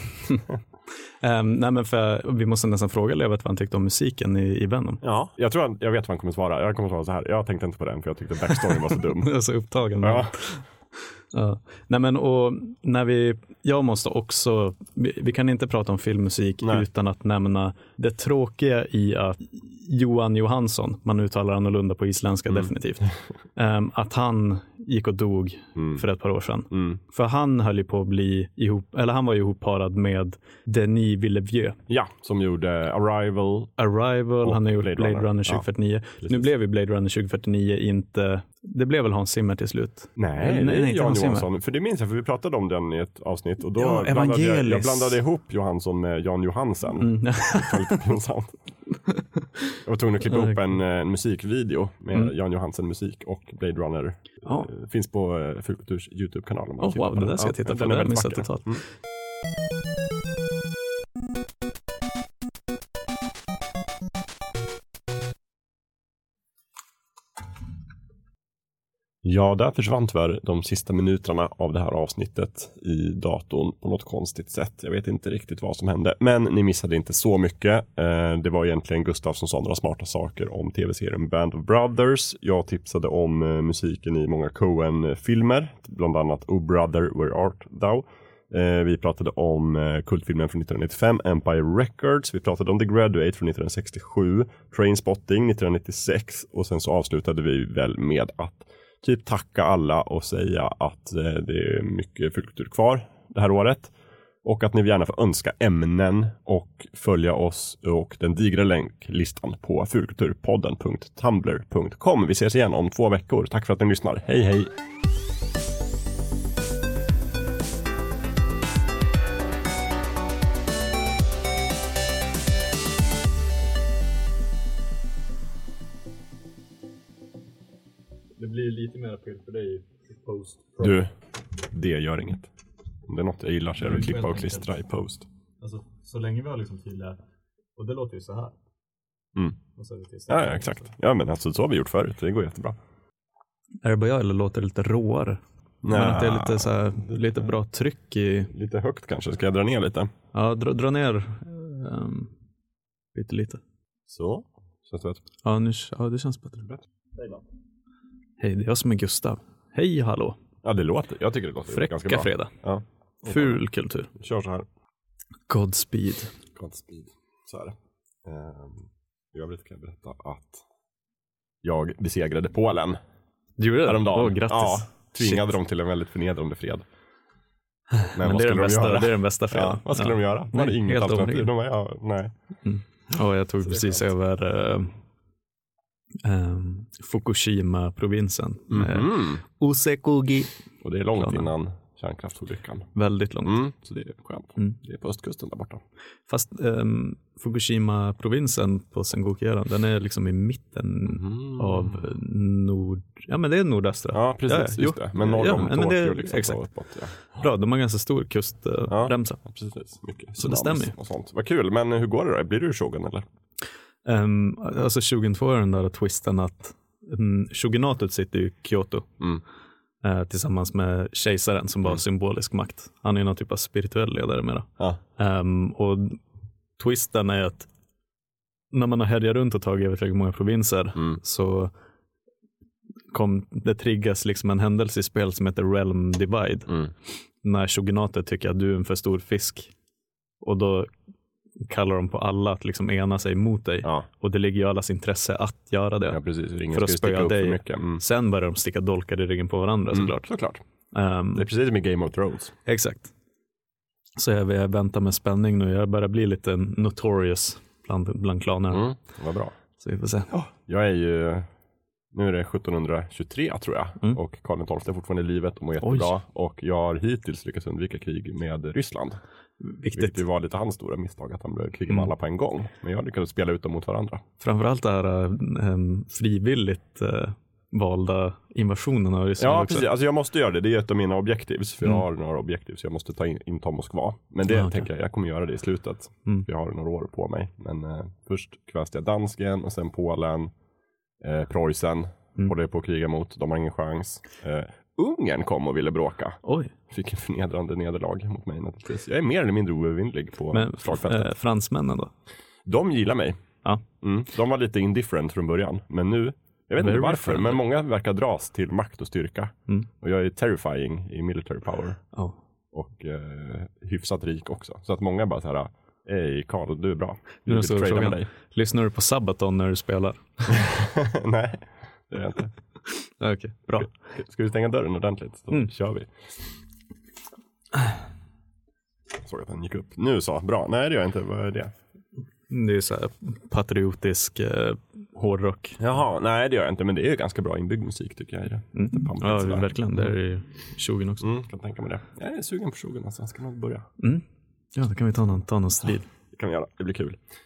Nej, men vi måste nästan fråga Lövet vad han tyckte om musiken i Venom. Ja, jag tror jag vet vad han kommer svara. Jag kommer svara så här. Jag tänkte inte på den för jag tyckte backstoryn var så dum. Jag är så upptagen. Ja. Ja. Nej, men och jag måste också, vi kan inte prata om filmmusik utan att nämna det tråkiga i att Johan Johansson, man uttalar annorlunda på isländska definitivt, att han gick och dog för ett par år sedan. För han höll ju på att bli han var ju ihopparad med Denis Villeneuve. Ja, som gjorde Arrival, han har gjort Blade Runner 2049. Nu blev ju Blade Runner 2049 inte, det blev väl Hans Zimmer till slut. Nej, det är Jan Johansson. För det minns jag, för vi pratade om den i ett avsnitt och då blandade jag ihop Johansson med Jan Johansen. Det var lite pinsamt. Jag var tvungen att klippa upp en musikvideo med Jan Johansen musik och Blade Runner. Finns på Fulkulturs YouTube-kanal. Wow, det där ska jag titta på. Det har jag missat totalt. Ja, där försvann tyvärr de sista minuterna av det här avsnittet i datorn på något konstigt sätt. Jag vet inte riktigt vad som hände, men ni missade inte så mycket. Det var egentligen Gustav som sa några smarta saker om tv-serien Band of Brothers. Jag tipsade om musiken i många Coen-filmer, bland annat Oh Brother, Where Art Thou? Vi pratade om kultfilmen från 1995, Empire Records. Vi pratade om The Graduate från 1967, Trainspotting 1996 och sen så avslutade vi väl med att typ tacka alla och säga att det är mycket fulkultur kvar det här året. Och att ni gärna får önska ämnen och följa oss och den digra länklistan på fulkulturpodden.tumblr.com. Vi ses igen om 2 veckor. Tack för att ni lyssnar. Hej hej! Det blir lite mer appeal för dig i post. Du, det gör inget. Om det är något jag gillar så är det att klippa och klistra i post. Alltså, så länge vi har liksom tydliga. Och det låter ju så här. Och så är det ja, exakt. Ja, men alltså, så har vi gjort förut. Det går jättebra. Är det bara jag eller låter det lite råare? Men att det är lite, så här, lite bra tryck i... Lite högt kanske. Ska jag dra ner lite? Ja, dra ner lite. Så? Känns det bättre? Ja, det känns bättre. Hej, det är jag som är Gustav. Hej, hallå. Ja, jag tycker det låter ganska bra. Fredag. Ja. Fulkultur. Kör så här. Godspeed. Så här. I övrigt kan jag berätta att jag besegrade Polen. Du gjorde det? Häromdagen. Grattis. Ja, tvingade dem till en väldigt förnedrande fred. Men det är den bästa freden. Ja, vad skulle de göra? Det var inget alternativ. De var, nej. Jag tog precis över Fukushima-provinsen. Osekogi. Och det är långt innan kärnkraftsolyckan. Väldigt långt. Så det är skönt. Det är på östkusten där borta. Fast Fukushima-provinsen på Sengoku-eran, den är liksom i mitten av men det är nordöstra. Ja, precis. Just det. Men norr om Tokyo liksom. Exakt. Uppåt, Bra, de har ganska stor kustremsa. Ja, precis. Mycket. Så det stämmer ju. Och sånt. Vad kul, men hur går det då? Blir du Shogun eller? Alltså Shogun 2 är den där twisten att Shogunatet sitter i Kyoto tillsammans med kejsaren som var symbolisk makt. Han är någon typ av spirituell ledare med det. Ja. Och twisten är att när man har härjat runt och tagit över många provinser så det triggas liksom en händelse i spel som heter Realm Divide. När Shogunatet tycker att du är en för stor fisk. Och då kallar de på alla att liksom ena sig mot dig. Ja. Och det ligger ju allas intresse att göra det. Ja, precis. För att spöa dig. För mycket. Sen börjar de sticka dolkar i ryggen på varandra såklart. Såklart. Det är precis med Game of Thrones. Exakt. Så jag väntar med spänning nu. Jag börjar bli lite notorious bland klaner. Vad bra. Så vi får se. Jag är ju... Nu är det 1723 tror jag. Och Karl XII är fortfarande i livet och mår jättebra. Och jag har hittills lyckats undvika krig med Ryssland. Viktigt. Vilket var lite hans stora misstag att han blev kriga med alla på en gång. Men jag lyckades spela ut dem mot varandra. Framförallt det här frivilligt valda invasionen av Ryssland. Ja, också. precis. Alltså jag måste göra det. Det är ett av mina objektivs. För jag har några objektiv så jag måste inta Moskva. Men det tänker jag kommer göra det i slutet. För jag har några år på mig. Men först kväste jag dansken och sen Polen. Preussen håller på att kriga mot. De har ingen chans. Ungern kom och ville bråka. Oj. Fick en förnedrande nederlag mot mig naturligtvis. Jag är mer eller mindre oövervinnlig på slagfältet. Fransmännen då? De gillar mig. Ja. De var lite indifferent från början. Men nu, jag vet inte varför, men många verkar dras till makt och styrka. Och jag är terrifying i military power. Och hyfsat rik också. Så att många bara så här: hej Karl, du är bra. Nu är så frågan, dig. Lyssnar du på Sabaton när du spelar? Nej, det är jag inte. Okej, bra. Ska vi stänga dörren ordentligt? Så kör vi. Såg att den gick upp. Nu så, bra. Nej, det gör jag inte. Vad är det? Det är så här patriotisk hårdrock. Jaha, nej det gör jag inte. Men det är ju ganska bra inbyggd musik tycker jag. Ja, verkligen. Det är ju Shogun också. Kan tänka mig det. Jag är sugen på Shogun, alltså. Ska man börja? Ja, då kan vi ta någon strid. Det kan vi göra, det blir kul.